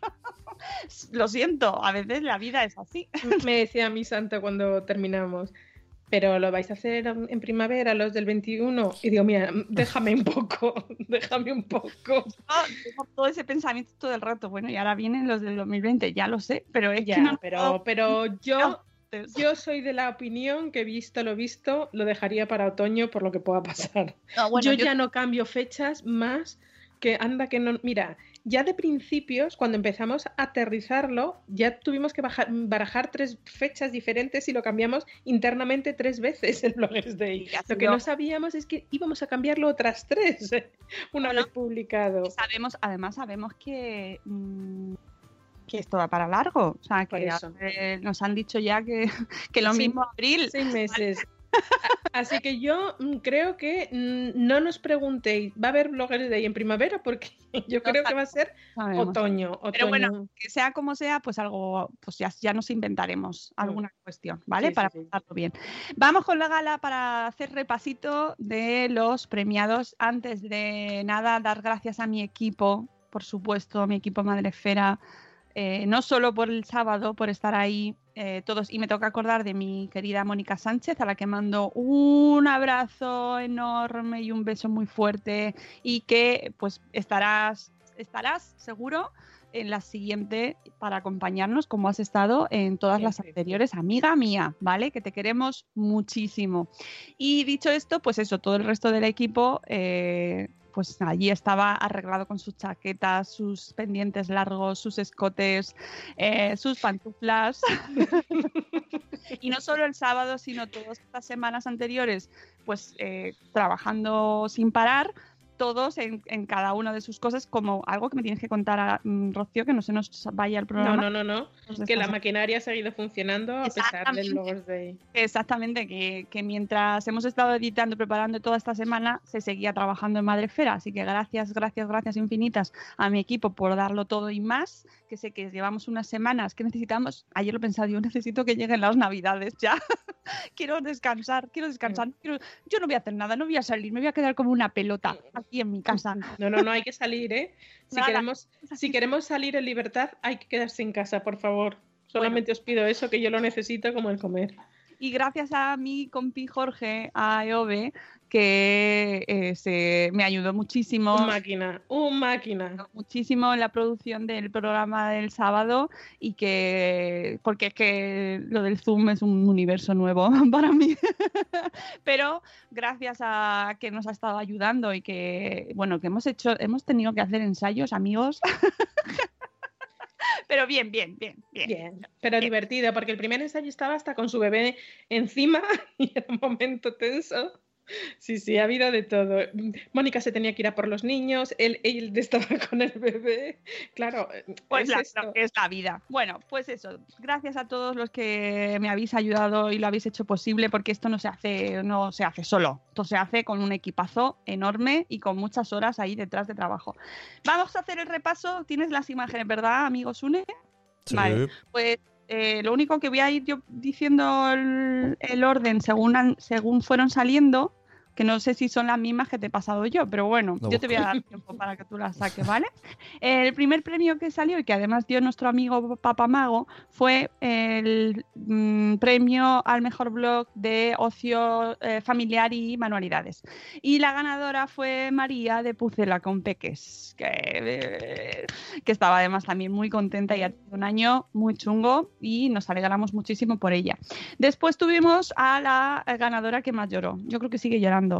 Speaker 8: lo siento, a veces la vida es así.
Speaker 10: Me decía mi santa cuando terminamos, pero lo vais a hacer en primavera, los del veintiuno. Y digo, mira, déjame un poco, déjame un poco.
Speaker 8: No, tengo todo ese pensamiento todo el rato. Bueno, y ahora vienen los del dos mil veinte, ya lo sé, pero es
Speaker 10: Ya,
Speaker 8: que no.
Speaker 10: pero, pero yo, yo soy de la opinión que visto lo visto, lo dejaría para otoño por lo que pueda pasar.
Speaker 8: No, bueno,
Speaker 10: yo,
Speaker 8: yo-
Speaker 10: ya no cambio fechas más que anda que no. Mira, ya de principios, cuando empezamos a aterrizarlo, ya tuvimos que bajar, barajar tres fechas diferentes y lo cambiamos internamente tres veces el Bloggers Day.
Speaker 8: Sí, ha
Speaker 10: Lo que
Speaker 8: sido-
Speaker 10: no sabíamos es que íbamos a cambiarlo otras tres una
Speaker 8: Bueno,
Speaker 10: vez publicado.
Speaker 8: Sabemos, además sabemos que, mm, que esto va para largo. O sea,
Speaker 10: Por
Speaker 8: que
Speaker 10: eso.
Speaker 8: eh, nos han dicho ya que, que lo
Speaker 10: Sí.
Speaker 8: mismo abril.
Speaker 10: Seis meses. A- Así que yo mm, creo que mm, no nos preguntéis, ¿va a haber Bloggers Day en primavera? Porque yo creo que va a ser
Speaker 8: Sabemos.
Speaker 10: otoño. otoño.
Speaker 8: Pero bueno, que sea como sea, pues algo, pues ya, ya nos inventaremos alguna cuestión, ¿vale?
Speaker 10: Sí, sí,
Speaker 8: para
Speaker 10: sí.
Speaker 8: pasarlo bien. Vamos con la gala para hacer repasito de los premiados. Antes de nada, dar gracias a mi equipo, por supuesto, a mi equipo Madrefera, eh, no solo por el sábado, por estar ahí eh, todos, y me toca acordar de mi querida Mónica Sánchez, a la que mando un abrazo enorme y un beso muy fuerte, y que pues estarás, estarás seguro en la siguiente para acompañarnos, como has estado en todas las
Speaker 10: Siempre.
Speaker 8: anteriores, amiga mía, ¿vale? Que te queremos muchísimo. Y dicho esto, pues eso, todo el resto del equipo, eh, pues allí estaba arreglado con sus chaquetas, sus pendientes largos, sus escotes, eh, sus pantuflas. Y no solo el sábado, sino todas estas semanas anteriores, pues eh, trabajando sin parar. todos en, en cada una de sus cosas, como algo que me tienes que contar, a, mm, Rocío, que no se nos vaya el programa.
Speaker 10: No, no, no, no.
Speaker 8: Nos
Speaker 10: Que la
Speaker 8: descansa.
Speaker 10: maquinaria ha seguido funcionando a pesar del Bloggers Day.
Speaker 8: Exactamente, que, que mientras hemos estado editando, preparando toda esta semana, se seguía trabajando en Madrefera. Así que gracias, gracias, gracias infinitas a mi equipo por darlo todo y más. Que sé que llevamos unas semanas que necesitamos. Ayer lo pensaba, yo necesito que lleguen las Navidades ya. Quiero descansar, quiero descansar. Quiero... Yo no voy a hacer nada, no voy a salir, me voy a quedar como una pelota aquí en mi casa.
Speaker 10: No, no, no, hay que salir, ¿eh? Si,
Speaker 8: Nada.
Speaker 10: queremos, si queremos salir en libertad, hay que quedarse en casa, por favor. Solamente os pido eso, que yo lo necesito como el comer.
Speaker 8: Y gracias a mi compi Jorge, a Eove, que eh, se, me ayudó muchísimo.
Speaker 10: Un máquina, un máquina.
Speaker 8: Muchísimo en la producción del programa del sábado y que, porque es que lo del Zoom es un universo nuevo para mí. Pero gracias a que nos ha estado ayudando y que, bueno, que hemos hecho, hemos tenido que hacer ensayos, amigos. Pero bien, bien, bien, bien.
Speaker 10: Bien, pero divertido, porque el primer ensayo estaba hasta con su bebé encima y era un momento tenso. Sí, sí, ha habido de todo. Mónica se tenía que ir a por los niños, él, él estaba con el bebé. Claro,
Speaker 8: pues
Speaker 10: es
Speaker 8: la,
Speaker 10: esto.
Speaker 8: lo que es la vida. Bueno, pues eso. Gracias a todos los que me habéis ayudado y lo habéis hecho posible, porque esto no se hace, no se hace solo. Esto se hace con un equipazo enorme y con muchas horas ahí detrás de trabajo. Vamos a hacer el repaso. Tienes las imágenes, ¿verdad, amigo Sune?
Speaker 9: Sí.
Speaker 8: Vale, pues eh, lo único que voy a ir yo diciendo el, el orden según, han- según fueron saliendo, que no sé si son las mismas que te he pasado yo, pero bueno,
Speaker 9: Lo
Speaker 8: yo te voy a dar tiempo para que tú las saques, ¿vale? El primer premio que salió y que además dio nuestro amigo Papamago fue el mm, premio al mejor blog de ocio eh, familiar y manualidades. Y la ganadora fue María de Pucela con Peques, que, eh, que estaba además también muy contenta y ha tenido un año muy chungo y nos alegramos muchísimo por ella. Después tuvimos a la ganadora que más lloró. Yo creo que sigue llorando.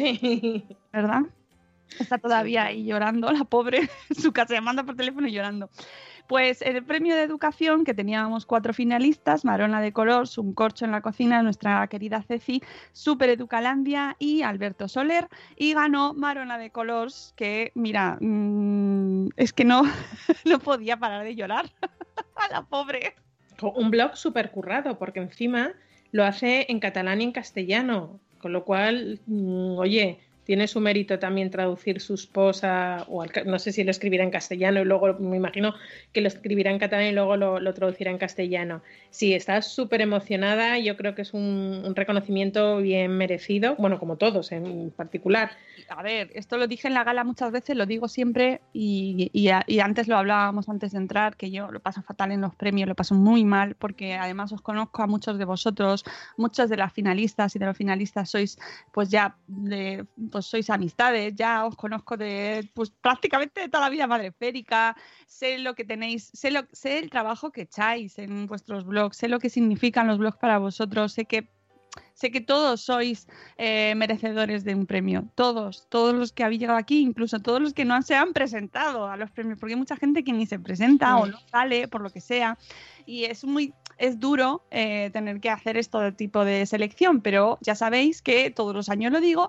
Speaker 10: Sí.
Speaker 8: ¿Verdad? Está todavía ahí llorando, la pobre, en su casa, llamando por teléfono y llorando. Pues el premio de educación, que teníamos cuatro finalistas, Marona de Colors, Un corcho en la cocina, nuestra querida Ceci, Super Educalandia y Alberto Soler, y ganó Marona de Colors, que mira, mmm, es que no, no podía parar de llorar. A la pobre.
Speaker 10: Un blog súper currado, porque encima lo hace en catalán y en castellano. Con lo cual, mmm, oye, tiene su mérito también traducir sus posts a, o al, no sé si lo escribirá en castellano y luego me imagino que lo escribirá en catalán y luego lo, lo traducirá en castellano. Sí, está súper emocionada, yo creo que es un, un reconocimiento bien merecido, bueno, como todos en particular.
Speaker 8: A ver, esto lo dije en la gala muchas veces, lo digo siempre y, y, y antes lo hablábamos antes de entrar, que yo lo paso fatal en los premios, lo paso muy mal porque además os conozco a muchos de vosotros, muchas de las finalistas y de los finalistas sois pues ya de, pues sois amistades, ya os conozco de pues prácticamente de toda la vida madreférica, sé lo que tenéis, sé, lo, sé el trabajo que echáis en vuestros blogs, sé lo que significan los blogs para vosotros, sé que Sé que todos sois eh, merecedores de un premio, todos, todos los que habéis llegado aquí, incluso todos los que no se han presentado a los premios, porque hay mucha gente que ni se presenta o no sale, por lo que sea, y es muy es duro eh, tener que hacer este tipo de selección, pero ya sabéis que todos los años lo digo,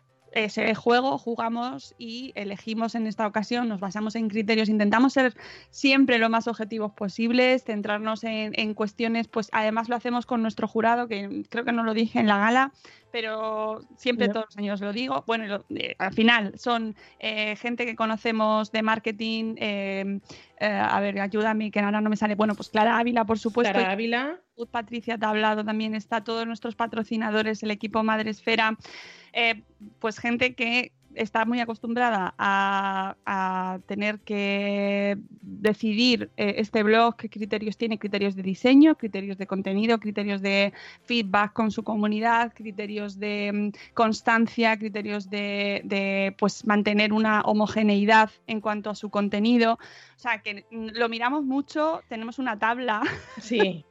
Speaker 8: ese juego jugamos y elegimos en esta ocasión, nos basamos en criterios, intentamos ser siempre lo más objetivos posibles, centrarnos en, en cuestiones, pues además lo hacemos con nuestro jurado, que creo que no lo dije en la gala, pero siempre
Speaker 10: No.
Speaker 8: todos los años lo digo. Bueno, lo, eh, al final son eh, gente que conocemos de marketing, eh, eh, a ver, ayúdame, que ahora no me sale, bueno, pues Clara Ávila, por supuesto.
Speaker 10: Clara Ávila.
Speaker 8: Patricia Tablado también está, todos nuestros patrocinadores, el equipo Madresfera, eh, pues gente que está muy acostumbrada a, a tener que decidir eh, este blog, qué criterios tiene, criterios de diseño, criterios de contenido, criterios de feedback con su comunidad, criterios de um, constancia, criterios de, de pues mantener una homogeneidad en cuanto a su contenido. O sea, que lo miramos mucho, tenemos una tabla.
Speaker 10: Sí.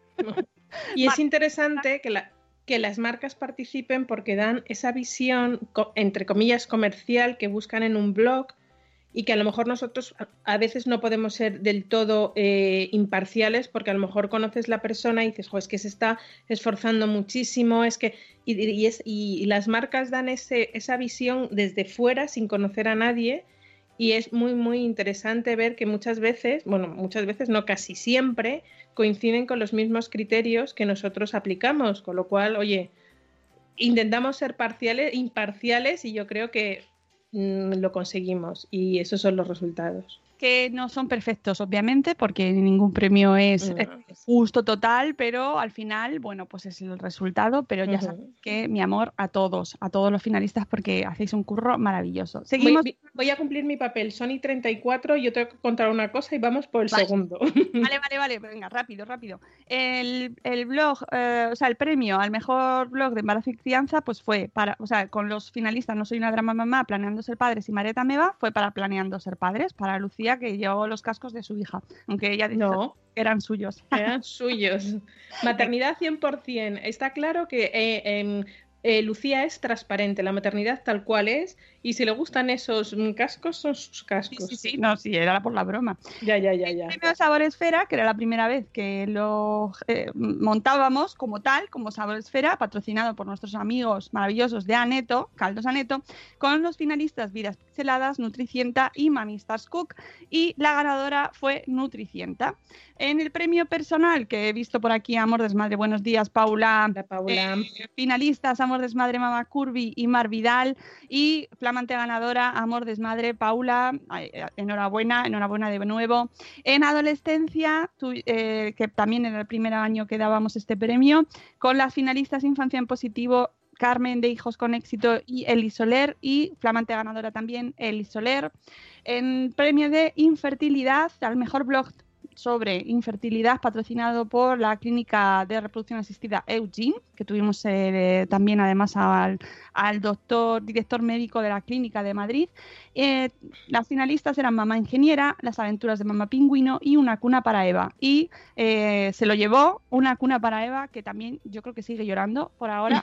Speaker 10: Y es interesante que, la, que las marcas participen porque dan esa visión, entre comillas, comercial que buscan en un blog y que a lo mejor nosotros a veces no podemos ser del todo eh, imparciales, porque a lo mejor conoces la persona y dices, jo, es que se está esforzando muchísimo, es que y, y, es, y las marcas dan ese, esa visión desde fuera sin conocer a nadie, y es muy muy interesante ver que muchas veces, bueno, muchas veces no, casi siempre coinciden con los mismos criterios que nosotros aplicamos, con lo cual, oye, intentamos ser parciales, imparciales, y yo creo que lo conseguimos, y esos son los resultados.
Speaker 8: Que no son perfectos, obviamente, porque ningún premio es
Speaker 10: No.
Speaker 8: eh, justo total, pero al final, bueno, pues es el resultado, pero ya
Speaker 10: Ujú.
Speaker 8: sabéis que mi amor a todos, a todos los finalistas, porque hacéis un curro maravilloso.
Speaker 10: Voy,
Speaker 8: Seguimos.
Speaker 10: voy a cumplir mi papel, Sony treinta y cuatro, yo tengo que contar una cosa y vamos por el
Speaker 8: Vale.
Speaker 10: segundo.
Speaker 8: Vale, vale, vale, venga, rápido, rápido. El, el blog, eh, o sea, el premio al mejor blog de embarazo y crianza, pues fue para, o sea, con los finalistas No soy una drama mamá, Planeando ser padres y Marieta Meva, fue para Planeando ser padres, para Lucía, que llevó los cascos de su hija, aunque ella dice
Speaker 10: No.
Speaker 8: que eran suyos.
Speaker 10: Eran suyos. Maternidad cien por ciento. Está claro que eh, em, eh, Lucía es transparente, la maternidad tal cual es, y si le gustan esos mm, cascos, son sus
Speaker 8: Sí,
Speaker 10: cascos.
Speaker 8: sí, sí, no, sí, era por la broma.
Speaker 10: Ya, ya, ya, ya.
Speaker 8: El premio de Sabor Esfera, que era la primera vez que lo eh, montábamos como tal, como Sabor Esfera, patrocinado por nuestros amigos maravillosos de Aneto, Caldos Aneto, con los finalistas Vidas Pixeladas, Nutricienta y Mamistas Cook, y la ganadora fue Nutricienta. En el premio personal, que he visto por aquí, Amor Desmadre, buenos días, Paula.
Speaker 10: La Paula.
Speaker 8: Eh, finalistas, Amor Desmadre, Mama Curvy y Mar Vidal, y flamante ganadora, Amor Desmadre, Paula. Ay, enhorabuena, enhorabuena de nuevo. En adolescencia, tu, eh, que también era el primer año que dábamos este premio, con las finalistas Infancia en Positivo, Carmen de Hijos con Éxito y Eli Soler, y flamante ganadora también Eli Soler. En premio de infertilidad al mejor blog sobre infertilidad, patrocinado por la clínica de reproducción asistida Eugene, que tuvimos eh, también además al, al doctor, director médico de la clínica de Madrid. Eh, las finalistas eran Mamá Ingeniera, Las aventuras de Mamá Pingüino y Una cuna para Eva. Y eh, se lo llevó Una cuna para Eva, que también yo creo que sigue llorando por ahora.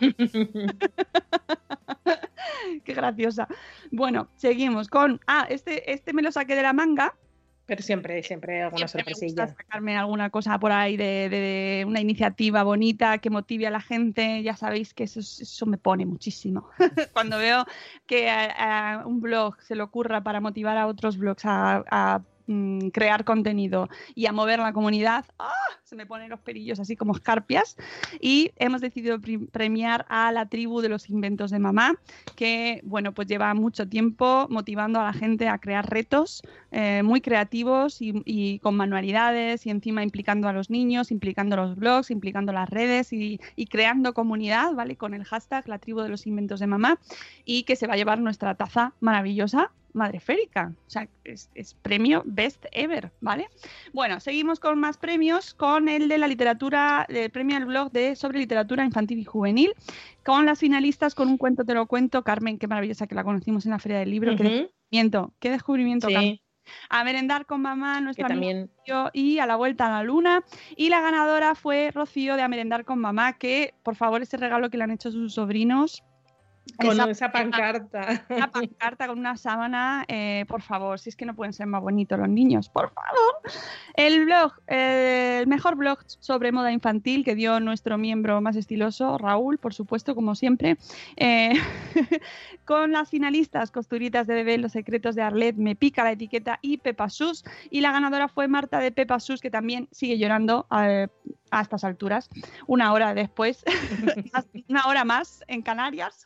Speaker 8: Qué graciosa. Bueno, seguimos con... Ah, este, este me lo saqué de la manga.
Speaker 10: Pero siempre, siempre hay alguna
Speaker 8: Siempre me
Speaker 10: sorpresilla.
Speaker 8: gusta sacarme alguna cosa por ahí de, de, de una iniciativa bonita que motive a la gente. Ya sabéis que eso, eso me pone muchísimo. Cuando veo que a, a un blog se le ocurra para motivar a otros blogs a, a mm, crear contenido y a mover la comunidad, ¡ah! Se me ponen los perillos así como escarpias. Y hemos decidido pri- premiar a la tribu de los inventos de mamá, que bueno, pues lleva mucho tiempo motivando a la gente a crear retos eh, muy creativos y, y con manualidades, y encima implicando a los niños, implicando los blogs, implicando las redes y, y creando comunidad, ¿vale? Con el hashtag la tribu de los inventos de mamá, y que se va a llevar nuestra taza maravillosa madreférica. O sea, es, es premio best ever, ¿vale? Bueno, seguimos con más premios, con el de la literatura, el premio al blog de sobre literatura infantil y juvenil, con las finalistas con Un cuento te lo cuento, Carmen, qué maravillosa, que la conocimos en la Feria del Libro.
Speaker 10: Uh-huh.
Speaker 8: Qué descubrimiento, qué descubrimiento,
Speaker 10: Sí.
Speaker 8: Carmen. A merendar con mamá, nuestra
Speaker 10: Que
Speaker 8: amiga
Speaker 10: también-
Speaker 8: Rocío, y A la vuelta a la luna. Y la ganadora fue Rocío de A merendar con mamá, que por favor ese regalo que le han hecho sus sobrinos,
Speaker 10: Con
Speaker 8: esa,
Speaker 10: esa pancarta.
Speaker 8: una pancarta con una sábana, eh, por favor, si es que no pueden ser más bonitos los niños, por favor. El blog, eh, el mejor blog sobre moda infantil que dio nuestro miembro más estiloso, Raúl, por supuesto, como siempre, eh, con las finalistas Costuritas de Bebé, Los secretos de Arlet, Me pica la etiqueta y Pepa Sus, y la ganadora fue Marta de Pepa Sus, que también sigue llorando eh, a estas alturas, una hora después, una hora más en Canarias.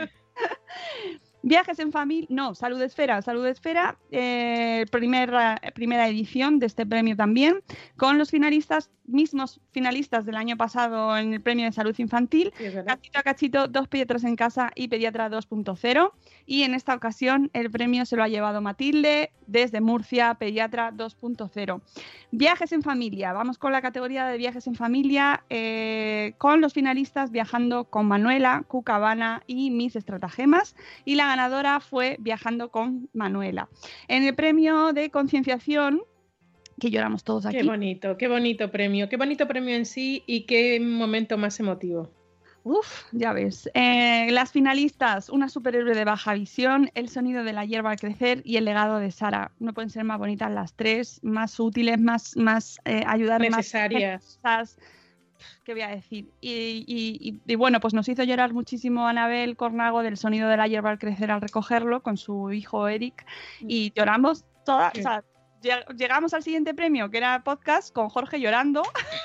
Speaker 8: Viajes en familia, no, Salud Esfera, Salud Esfera, eh, primera, primera edición de este premio también, con los finalistas, mismos finalistas del año pasado en el premio de salud infantil,
Speaker 10: Sí, es verdad.
Speaker 8: Cachito a Cachito, Dos pediatras en casa y Pediatra dos punto cero, y en esta ocasión el premio se lo ha llevado Matilde desde Murcia, Pediatra dos punto cero. Viajes en familia, vamos con la categoría de viajes en familia, eh, con los finalistas Viajando con Manuela, Cucabana y Mis Estratagemas, y la ganadora fue Viajando con Manuela. En el premio de concienciación, que lloramos todos aquí.
Speaker 10: Qué bonito, qué bonito premio, qué bonito premio en sí, y qué momento más emotivo.
Speaker 8: Uf, ya ves. Eh, las finalistas, una superhéroe de baja visión, el sonido de la hierba al crecer y el legado de Sara. No pueden ser más bonitas las tres, más útiles, más, más eh, ayudar,
Speaker 10: necesarias.
Speaker 8: Más, ¿qué voy a decir? Y, y, y, y bueno, pues nos hizo llorar muchísimo Anabel Cornago del sonido de la hierba al crecer al recogerlo con su hijo Eric y lloramos todas, sí. O sea, llegamos al siguiente premio que era podcast con Jorge llorando.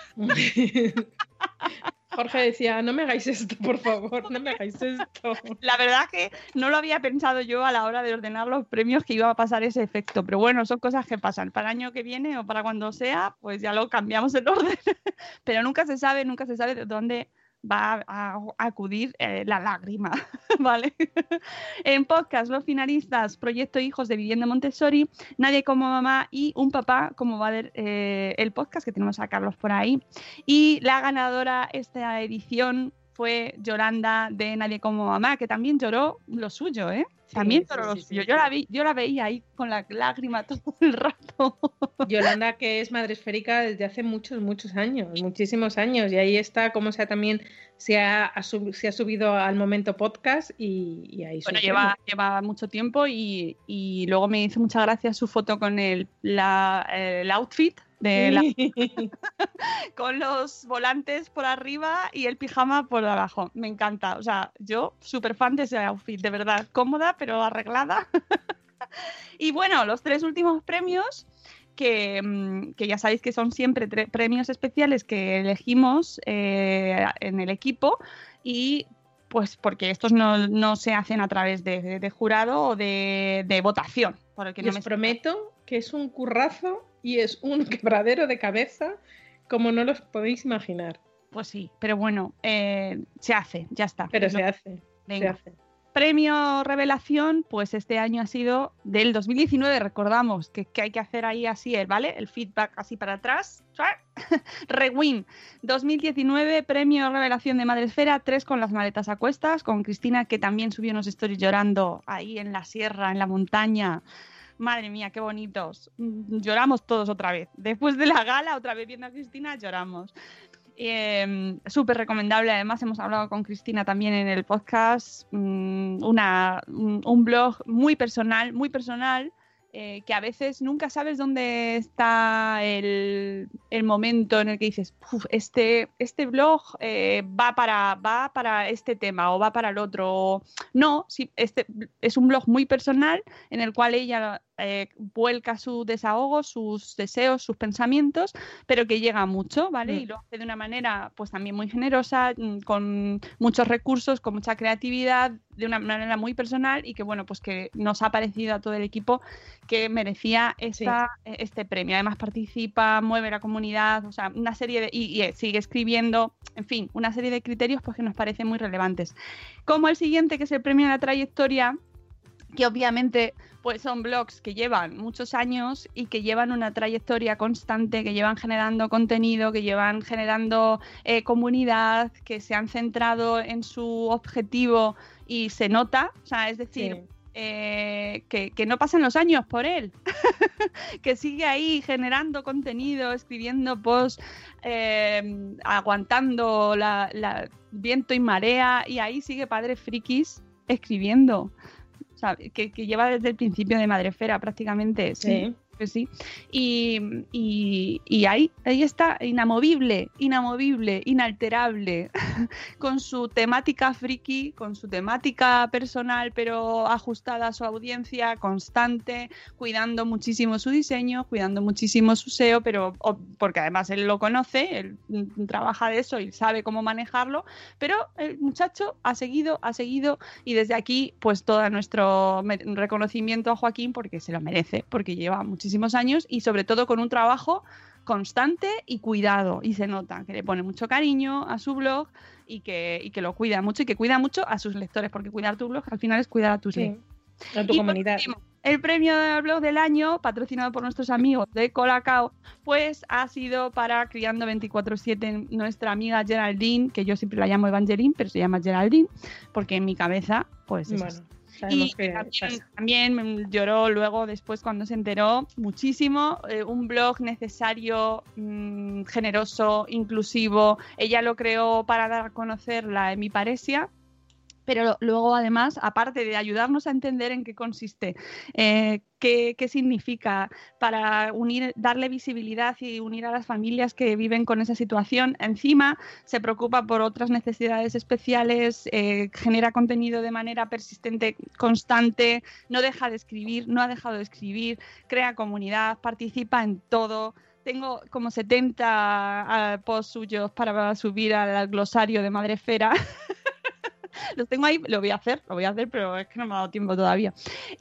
Speaker 10: Jorge decía, no me hagáis esto, por favor, no me hagáis esto.
Speaker 8: La verdad que no lo había pensado yo a la hora de ordenar los premios que iba a pasar ese efecto, pero bueno, son cosas que pasan. Para el año que viene o para cuando sea, pues ya lo cambiamos el orden. Pero nunca se sabe, nunca se sabe de dónde va a, a acudir eh, la lágrima, ¿vale? En podcast, los finalistas, Proyecto Hijos de Vivienda Montessori, Nadie como Mamá y Un Papá como va a ver eh, el podcast, que tenemos a Carlos por ahí. Y la ganadora esta edición fue Yolanda de Nadie como Mamá, que también lloró lo suyo, ¿eh? Sí, también lloró sí, lo sí, suyo. Sí, yo, sí. La vi, yo la veía ahí con la lágrima todo el rato.
Speaker 10: Yolanda, que es madre esférica desde hace muchos, muchos años, muchísimos años, y ahí está, como sea, también se ha, a sub, se ha subido al momento podcast y, y ahí
Speaker 8: bueno, lleva, lleva mucho tiempo y, y luego me hizo mucha gracia su foto con el, la, el outfit de la... con los volantes por arriba y el pijama por abajo. Me encanta, o sea, yo súper fan de ese outfit, de verdad, cómoda pero arreglada. Y bueno, los tres últimos premios que, que ya sabéis que son siempre tre- premios especiales que elegimos eh, en el equipo y pues porque estos no, no se hacen a través de, de, de jurado o de, de votación. Por el que
Speaker 10: Les
Speaker 8: no me
Speaker 10: prometo que es un currazo y es un quebradero de cabeza como no los podéis imaginar.
Speaker 8: Pues sí, pero bueno, eh, se hace, ya está.
Speaker 10: Pero se hace, se hace.
Speaker 8: Premio Revelación, pues este año ha sido del dos mil diecinueve, recordamos que, que hay que hacer ahí así, ¿vale? El feedback así para atrás. Rewin, dos mil diecinueve, Premio Revelación de Madresfera, tres con las maletas a cuestas, con Cristina, que también subió unos stories llorando ahí en la sierra, en la montaña. Madre mía, qué bonitos. Lloramos todos otra vez. Después de la gala, otra vez viendo a Cristina, lloramos. Eh, súper recomendable, además hemos hablado con Cristina también en el podcast, um, una, un, un blog muy personal, muy personal, eh, que a veces nunca sabes dónde está el, el momento en el que dices, este, este blog eh, va, para, va para este tema o va para el otro. No, sí, este es un blog muy personal en el cual ella eh, vuelca su desahogo, sus deseos, sus pensamientos, pero que llega mucho, ¿vale? Mm. Y lo hace de una manera pues también muy generosa, con muchos recursos, con mucha creatividad, de una manera muy personal y que bueno, pues que nos ha parecido a todo el equipo que merecía esta, sí. este premio. Además participa, mueve la comunidad, o sea, una serie de... Y, y sigue escribiendo, en fin, una serie de criterios pues que nos parecen muy relevantes. Como el siguiente, que es el premio a la trayectoria, que obviamente pues son blogs que llevan muchos años y que llevan una trayectoria constante, que llevan generando contenido, que llevan generando eh, comunidad, que se han centrado en su objetivo y se nota, o sea, es decir... Sí. Eh, que, que no pasan los años por él, que sigue ahí generando contenido, escribiendo posts, eh, aguantando la, la viento y marea, y ahí sigue Padre Frikis escribiendo, o sea, que, que lleva desde el principio de Madresfera prácticamente, sí. sí. Sí. Y, y, y ahí, ahí está, inamovible, inamovible, inalterable, con su temática friki, con su temática personal, pero ajustada a su audiencia, constante, cuidando muchísimo su diseño, cuidando muchísimo su S E O, pero porque además él lo conoce, él trabaja de eso y sabe cómo manejarlo, pero el muchacho ha seguido, ha seguido, y desde aquí, pues todo nuestro reconocimiento a Joaquín, porque se lo merece, porque lleva muchísimo años y sobre todo con un trabajo constante y cuidado, y se nota que le pone mucho cariño a su blog y que, y que lo cuida mucho y que cuida mucho a sus lectores, porque cuidar tu blog al final es cuidar a tus sí, lectores.
Speaker 10: A tu y comunidad.
Speaker 8: Último, el premio del blog del año, patrocinado por nuestros amigos de Colacao, pues ha sido para Criando veinticuatro siete nuestra amiga Geraldine, que yo siempre la llamo Evangeline, pero se llama Geraldine, porque en mi cabeza pues es
Speaker 10: bueno. Sabemos
Speaker 8: Y
Speaker 10: que
Speaker 8: también,
Speaker 10: pasa.
Speaker 8: también lloró luego, después, cuando se enteró, muchísimo. Eh, un blog necesario, mmm, generoso, inclusivo. Ella lo creó para dar a conocer la hemiparesia, pero luego, además, aparte de ayudarnos a entender en qué consiste, eh, qué, qué significa, para unir, darle visibilidad y unir a las familias que viven con esa situación, encima se preocupa por otras necesidades especiales, eh, genera contenido de manera persistente, constante, no deja de escribir, no ha dejado de escribir, crea comunidad, participa en todo. Tengo como setenta uh, posts suyos para subir al glosario de Madresfera. Los tengo ahí, lo voy a hacer, lo voy a hacer, pero es que no me ha dado tiempo todavía.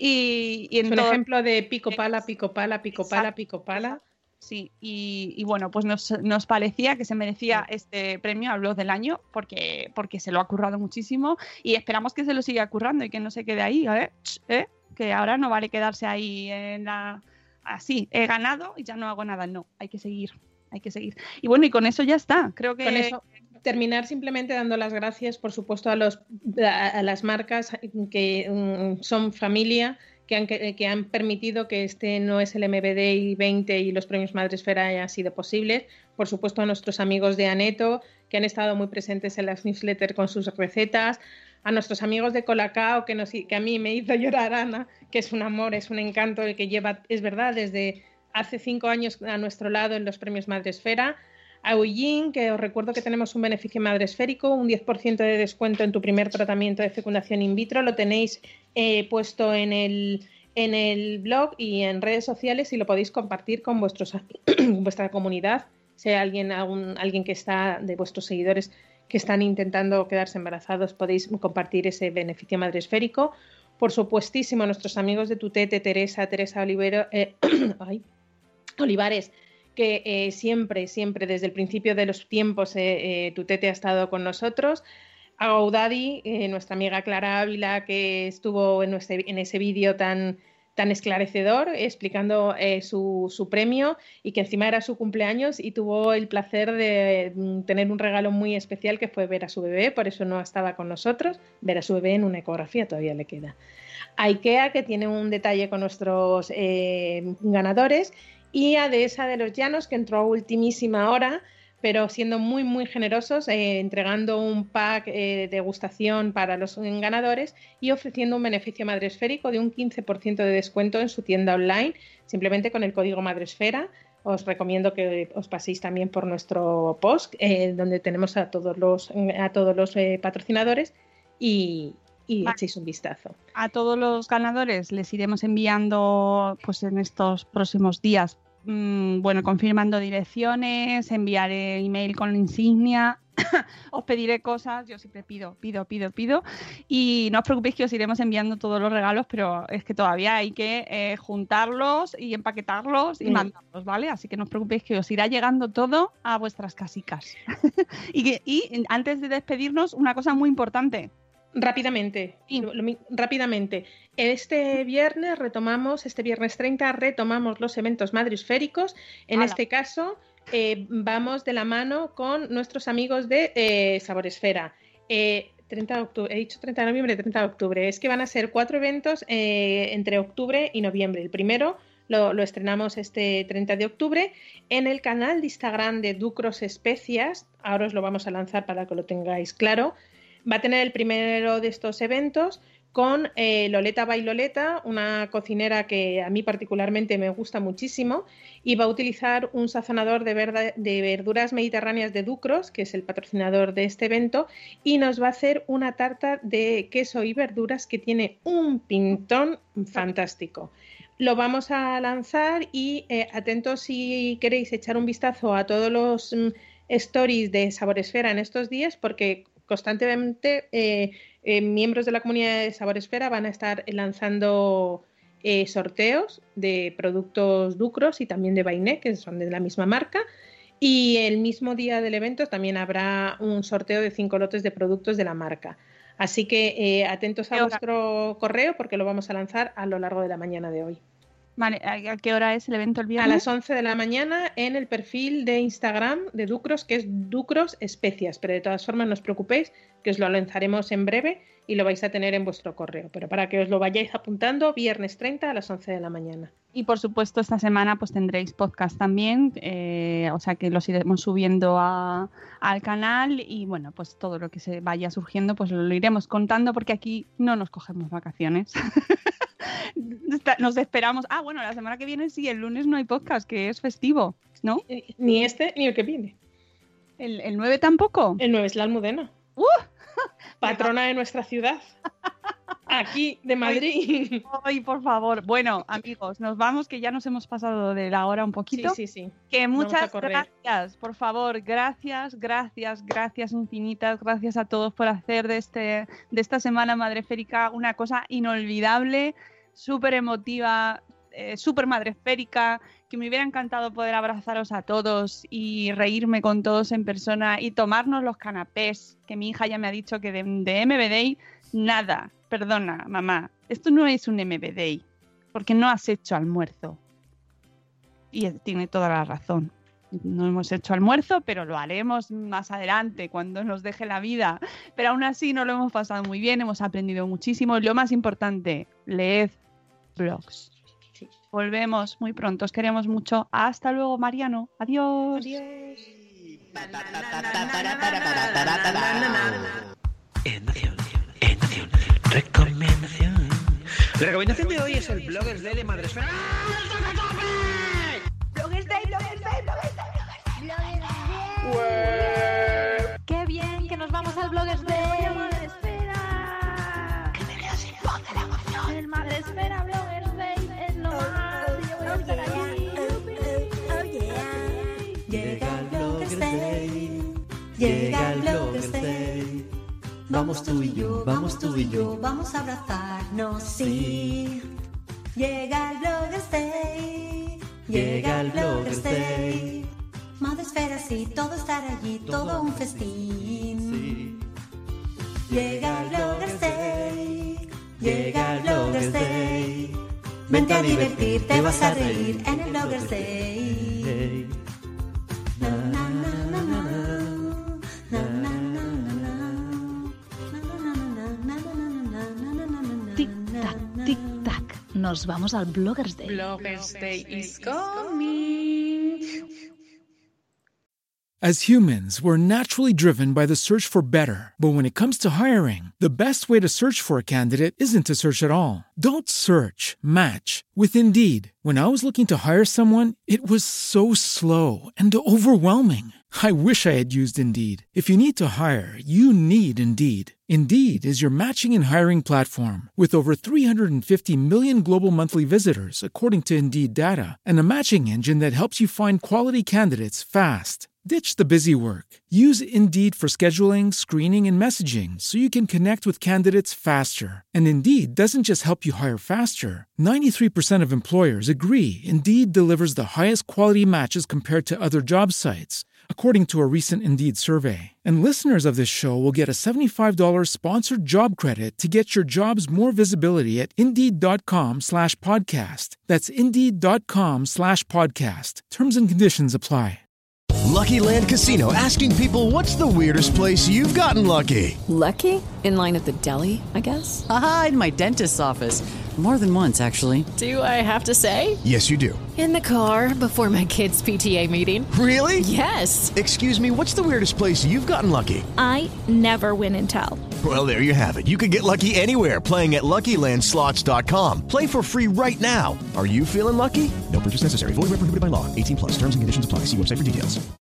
Speaker 8: Y, y en
Speaker 10: Es un
Speaker 8: todo...
Speaker 10: ejemplo de pico pala, pico pala, pico pala, pico pala.
Speaker 8: Sí, y, y bueno, pues nos, nos parecía que se merecía este premio al blog del año porque, porque se lo ha currado muchísimo y esperamos que se lo siga currando y que no se quede ahí, ¿eh? ¿Eh? Que ahora no vale quedarse ahí en la... así, he ganado y ya no hago nada, no, hay que seguir, hay que seguir. Y bueno, y con eso ya está, creo que...
Speaker 10: Con eso, terminar simplemente dando las gracias, por supuesto, a, los, a, a las marcas que um, son familia, que han, que, que han permitido que este no es el M B D I veinte y los premios Madresfera hayan sido posibles. Por supuesto, a nuestros amigos de Aneto, que han estado muy presentes en las newsletters con sus recetas. A nuestros amigos de Colacao, que, nos, que a mí me hizo llorar Ana, que es un amor, es un encanto, el que lleva, es verdad, desde hace cinco años a nuestro lado en los premios Madresfera. A Eugene, que os recuerdo que tenemos un beneficio madresférico, un diez por ciento de descuento en tu primer tratamiento de fecundación in vitro. Lo tenéis eh, puesto en el, en el blog y en redes sociales y lo podéis compartir con vuestros, vuestra comunidad. Si hay alguien, algún, alguien que está de vuestros seguidores que están intentando quedarse embarazados, podéis compartir ese beneficio madresférico. Por supuestísimo, nuestros amigos de Tutete, Teresa, Teresa Olivero, eh, ay, Olivares, que eh, siempre, siempre, desde el principio de los tiempos, eh, eh, Tutete ha estado con nosotros. A Gaudadi, eh, nuestra amiga Clara Ávila, que estuvo en, nuestro, en ese vídeo tan, tan esclarecedor, eh, explicando eh, su, su premio y que encima era su cumpleaños y tuvo el placer de mm, tener un regalo muy especial que fue ver a su bebé, por eso no estaba con nosotros. Ver a su bebé en una ecografía todavía le queda. A IKEA, que tiene un detalle con nuestros eh, ganadores. Y a Dehesa de los Llanos, que entró a ultimísima hora, pero siendo muy, muy generosos, eh, entregando un pack eh, de degustación para los ganadores y ofreciendo un beneficio madresférico de un quince por ciento de descuento en su tienda online, simplemente con el código Madresfera. Os recomiendo que os paséis también por nuestro post, eh, donde tenemos a todos los, a todos los eh, patrocinadores y, y vale. Echéis un vistazo.
Speaker 8: A todos los ganadores les iremos enviando pues en estos próximos días, mmm, bueno, confirmando direcciones, enviaré email con insignia, os pediré cosas, yo siempre pido, pido, pido, pido y no os preocupéis que os iremos enviando todos los regalos, pero es que todavía hay que eh, juntarlos y empaquetarlos y mm. mandarlos, ¿vale? Así que no os preocupéis que os irá llegando todo a vuestras casicas. y, que, y antes de despedirnos, una cosa muy importante.
Speaker 10: Rápidamente, sí. lo, lo, rápidamente. Este viernes retomamos, este viernes treinta retomamos los eventos madresféricos. En Ala. este caso eh, vamos de la mano con nuestros amigos de eh, Saboresfera. Eh, treinta de octubre, he dicho treinta de noviembre, treinta de octubre. Es que van a ser cuatro eventos eh, entre octubre y noviembre. El primero lo, lo estrenamos este treinta de octubre en el canal de Instagram de Ducros Especias. Ahora os lo vamos a lanzar para que lo tengáis claro. Va a tener el primero de estos eventos con eh, Loleta by Loleta, una cocinera que a mí particularmente me gusta muchísimo, y va a utilizar un sazonador de, verda, de verduras mediterráneas de Ducros, que es el patrocinador de este evento, y nos va a hacer una tarta de queso y verduras que tiene un pintón fantástico. Lo vamos a lanzar y eh, atentos si queréis echar un vistazo a todos los mm, stories de Saboresfera en estos días, porque constantemente eh, eh, miembros de la comunidad de Saboresfera van a estar lanzando eh, sorteos de productos Ducros y también de Bainé, que son de la misma marca, y el mismo día del evento también habrá un sorteo de cinco lotes de productos de la marca. Así que eh, atentos a vuestro correo porque lo vamos a lanzar a lo largo de la mañana de hoy.
Speaker 8: Vale, ¿a qué hora es el evento el
Speaker 10: A
Speaker 8: viernes?
Speaker 10: las once de la mañana en el perfil de Instagram de Ducros, que es Ducros Especias, pero de todas formas no os preocupéis, que os lo lanzaremos en breve y lo vais a tener en vuestro correo, pero para que os lo vayáis apuntando, viernes treinta a las once de la mañana.
Speaker 8: Y por supuesto esta semana pues tendréis podcast también, eh, o sea que los iremos subiendo a, al canal y bueno, pues todo lo que se vaya surgiendo pues lo, lo iremos contando porque aquí no nos cogemos vacaciones. Nos esperamos. Ah, bueno, la semana que viene sí, el lunes no hay podcast, que es festivo, ¿no?
Speaker 10: Ni este ni el que viene.
Speaker 8: ¿El, el nueve tampoco?
Speaker 10: El nueve es la Almudena.
Speaker 8: ¡Uh!
Speaker 10: Patrona de nuestra ciudad. Aquí, de Madrid.
Speaker 8: Ay, ay, por favor. Bueno, amigos, nos vamos, que ya nos hemos pasado de la hora un poquito.
Speaker 10: Sí, sí, sí.
Speaker 8: Que
Speaker 10: Vamos a
Speaker 8: muchas
Speaker 10: correr.
Speaker 8: gracias, por favor, gracias, gracias, gracias infinitas, gracias a todos por hacer de, este, de esta semana madreférica una cosa inolvidable, súper emotiva, eh, súper madreférica, que me hubiera encantado poder abrazaros a todos y reírme con todos en persona y tomarnos los canapés, que mi hija ya me ha dicho que de, de M B Day, nada. Perdona, mamá, esto no es un M B Day, porque no has hecho almuerzo. Y tiene toda la razón. No hemos hecho almuerzo, pero lo haremos más adelante, cuando nos deje la vida. Pero aún así no lo hemos pasado muy bien, hemos aprendido muchísimo. Y lo más importante, leed blogs.
Speaker 10: Sí.
Speaker 8: Volvemos muy pronto, os queremos mucho. Hasta luego, Mariano. Adiós.
Speaker 10: Adiós.
Speaker 5: En Nación, en Nación, recomendación. La recomendación de hoy es el Bloggers Day de Madresfera.
Speaker 6: Bloggers Day, Bloggers Day, Bloggers Day, Bloggers Day. ¡Qué bien que nos vamos al Bloggers Day! Madresfera! ¡Que me quedo sin voz de la emoción! El Madresfera Bloggers Day es lo más. Y yo voy a estar allí.
Speaker 7: Oh yeah. Llega el Bloggers Day. Llega el Bloggers Day. Vamos tú y yo, vamos tú y yo, vamos a abrazarnos, sí. Llega el Bloggers Day. Llega el Bloggers Day. Madresfera, sí, todo estar allí, todo un festín. Llega el Bloggers Day. Llega el Bloggers Day. Vente a divertir, te vas a reír en el Bloggers Day. Na, na, na, na, na. Na, na, na, na, na.
Speaker 6: Tic-tac, tic-tac. Nos vamos al Bloggers Day.
Speaker 10: Bloggers Day is coming.
Speaker 1: As humans, we're naturally driven by the search for better. But when it comes to hiring, the best way to search for a candidate isn't to search at all. Don't search, match with Indeed. When I was looking to hire someone, it was so slow and overwhelming. I wish I had used Indeed. If you need to hire, you need Indeed. Indeed is your matching and hiring platform with over three hundred fifty million global monthly visitors, according to Indeed data, and a matching engine that helps you find quality candidates fast. Ditch the busy work. Use Indeed for scheduling, screening, and messaging so you can connect with candidates faster. And Indeed doesn't just help you hire faster. ninety-three percent of employers agree Indeed delivers the highest quality matches compared to other job sites, according to a recent Indeed survey. And listeners of this show will get a seventy-five dollars sponsored job credit to get your jobs more visibility at Indeed.com slash podcast. That's Indeed.com slash podcast. Terms and conditions apply.
Speaker 11: Lucky Land Casino, asking people, what's the weirdest place you've gotten lucky?
Speaker 12: Lucky? In line at the deli, I guess?
Speaker 13: Aha, in my dentist's office. More than once, actually.
Speaker 12: Do I have to say?
Speaker 11: Yes, you do.
Speaker 12: In the car before my kids' P T A meeting.
Speaker 11: Really?
Speaker 12: Yes.
Speaker 11: Excuse me, what's the weirdest place you've gotten lucky?
Speaker 14: I never win and tell.
Speaker 11: Well, there you have it. You can get lucky anywhere, playing at Lucky Land Slots dot com. Play for free right now. Are you feeling lucky? No purchase necessary. Void where prohibited by law. eighteen plus. Terms and conditions apply. See website for details.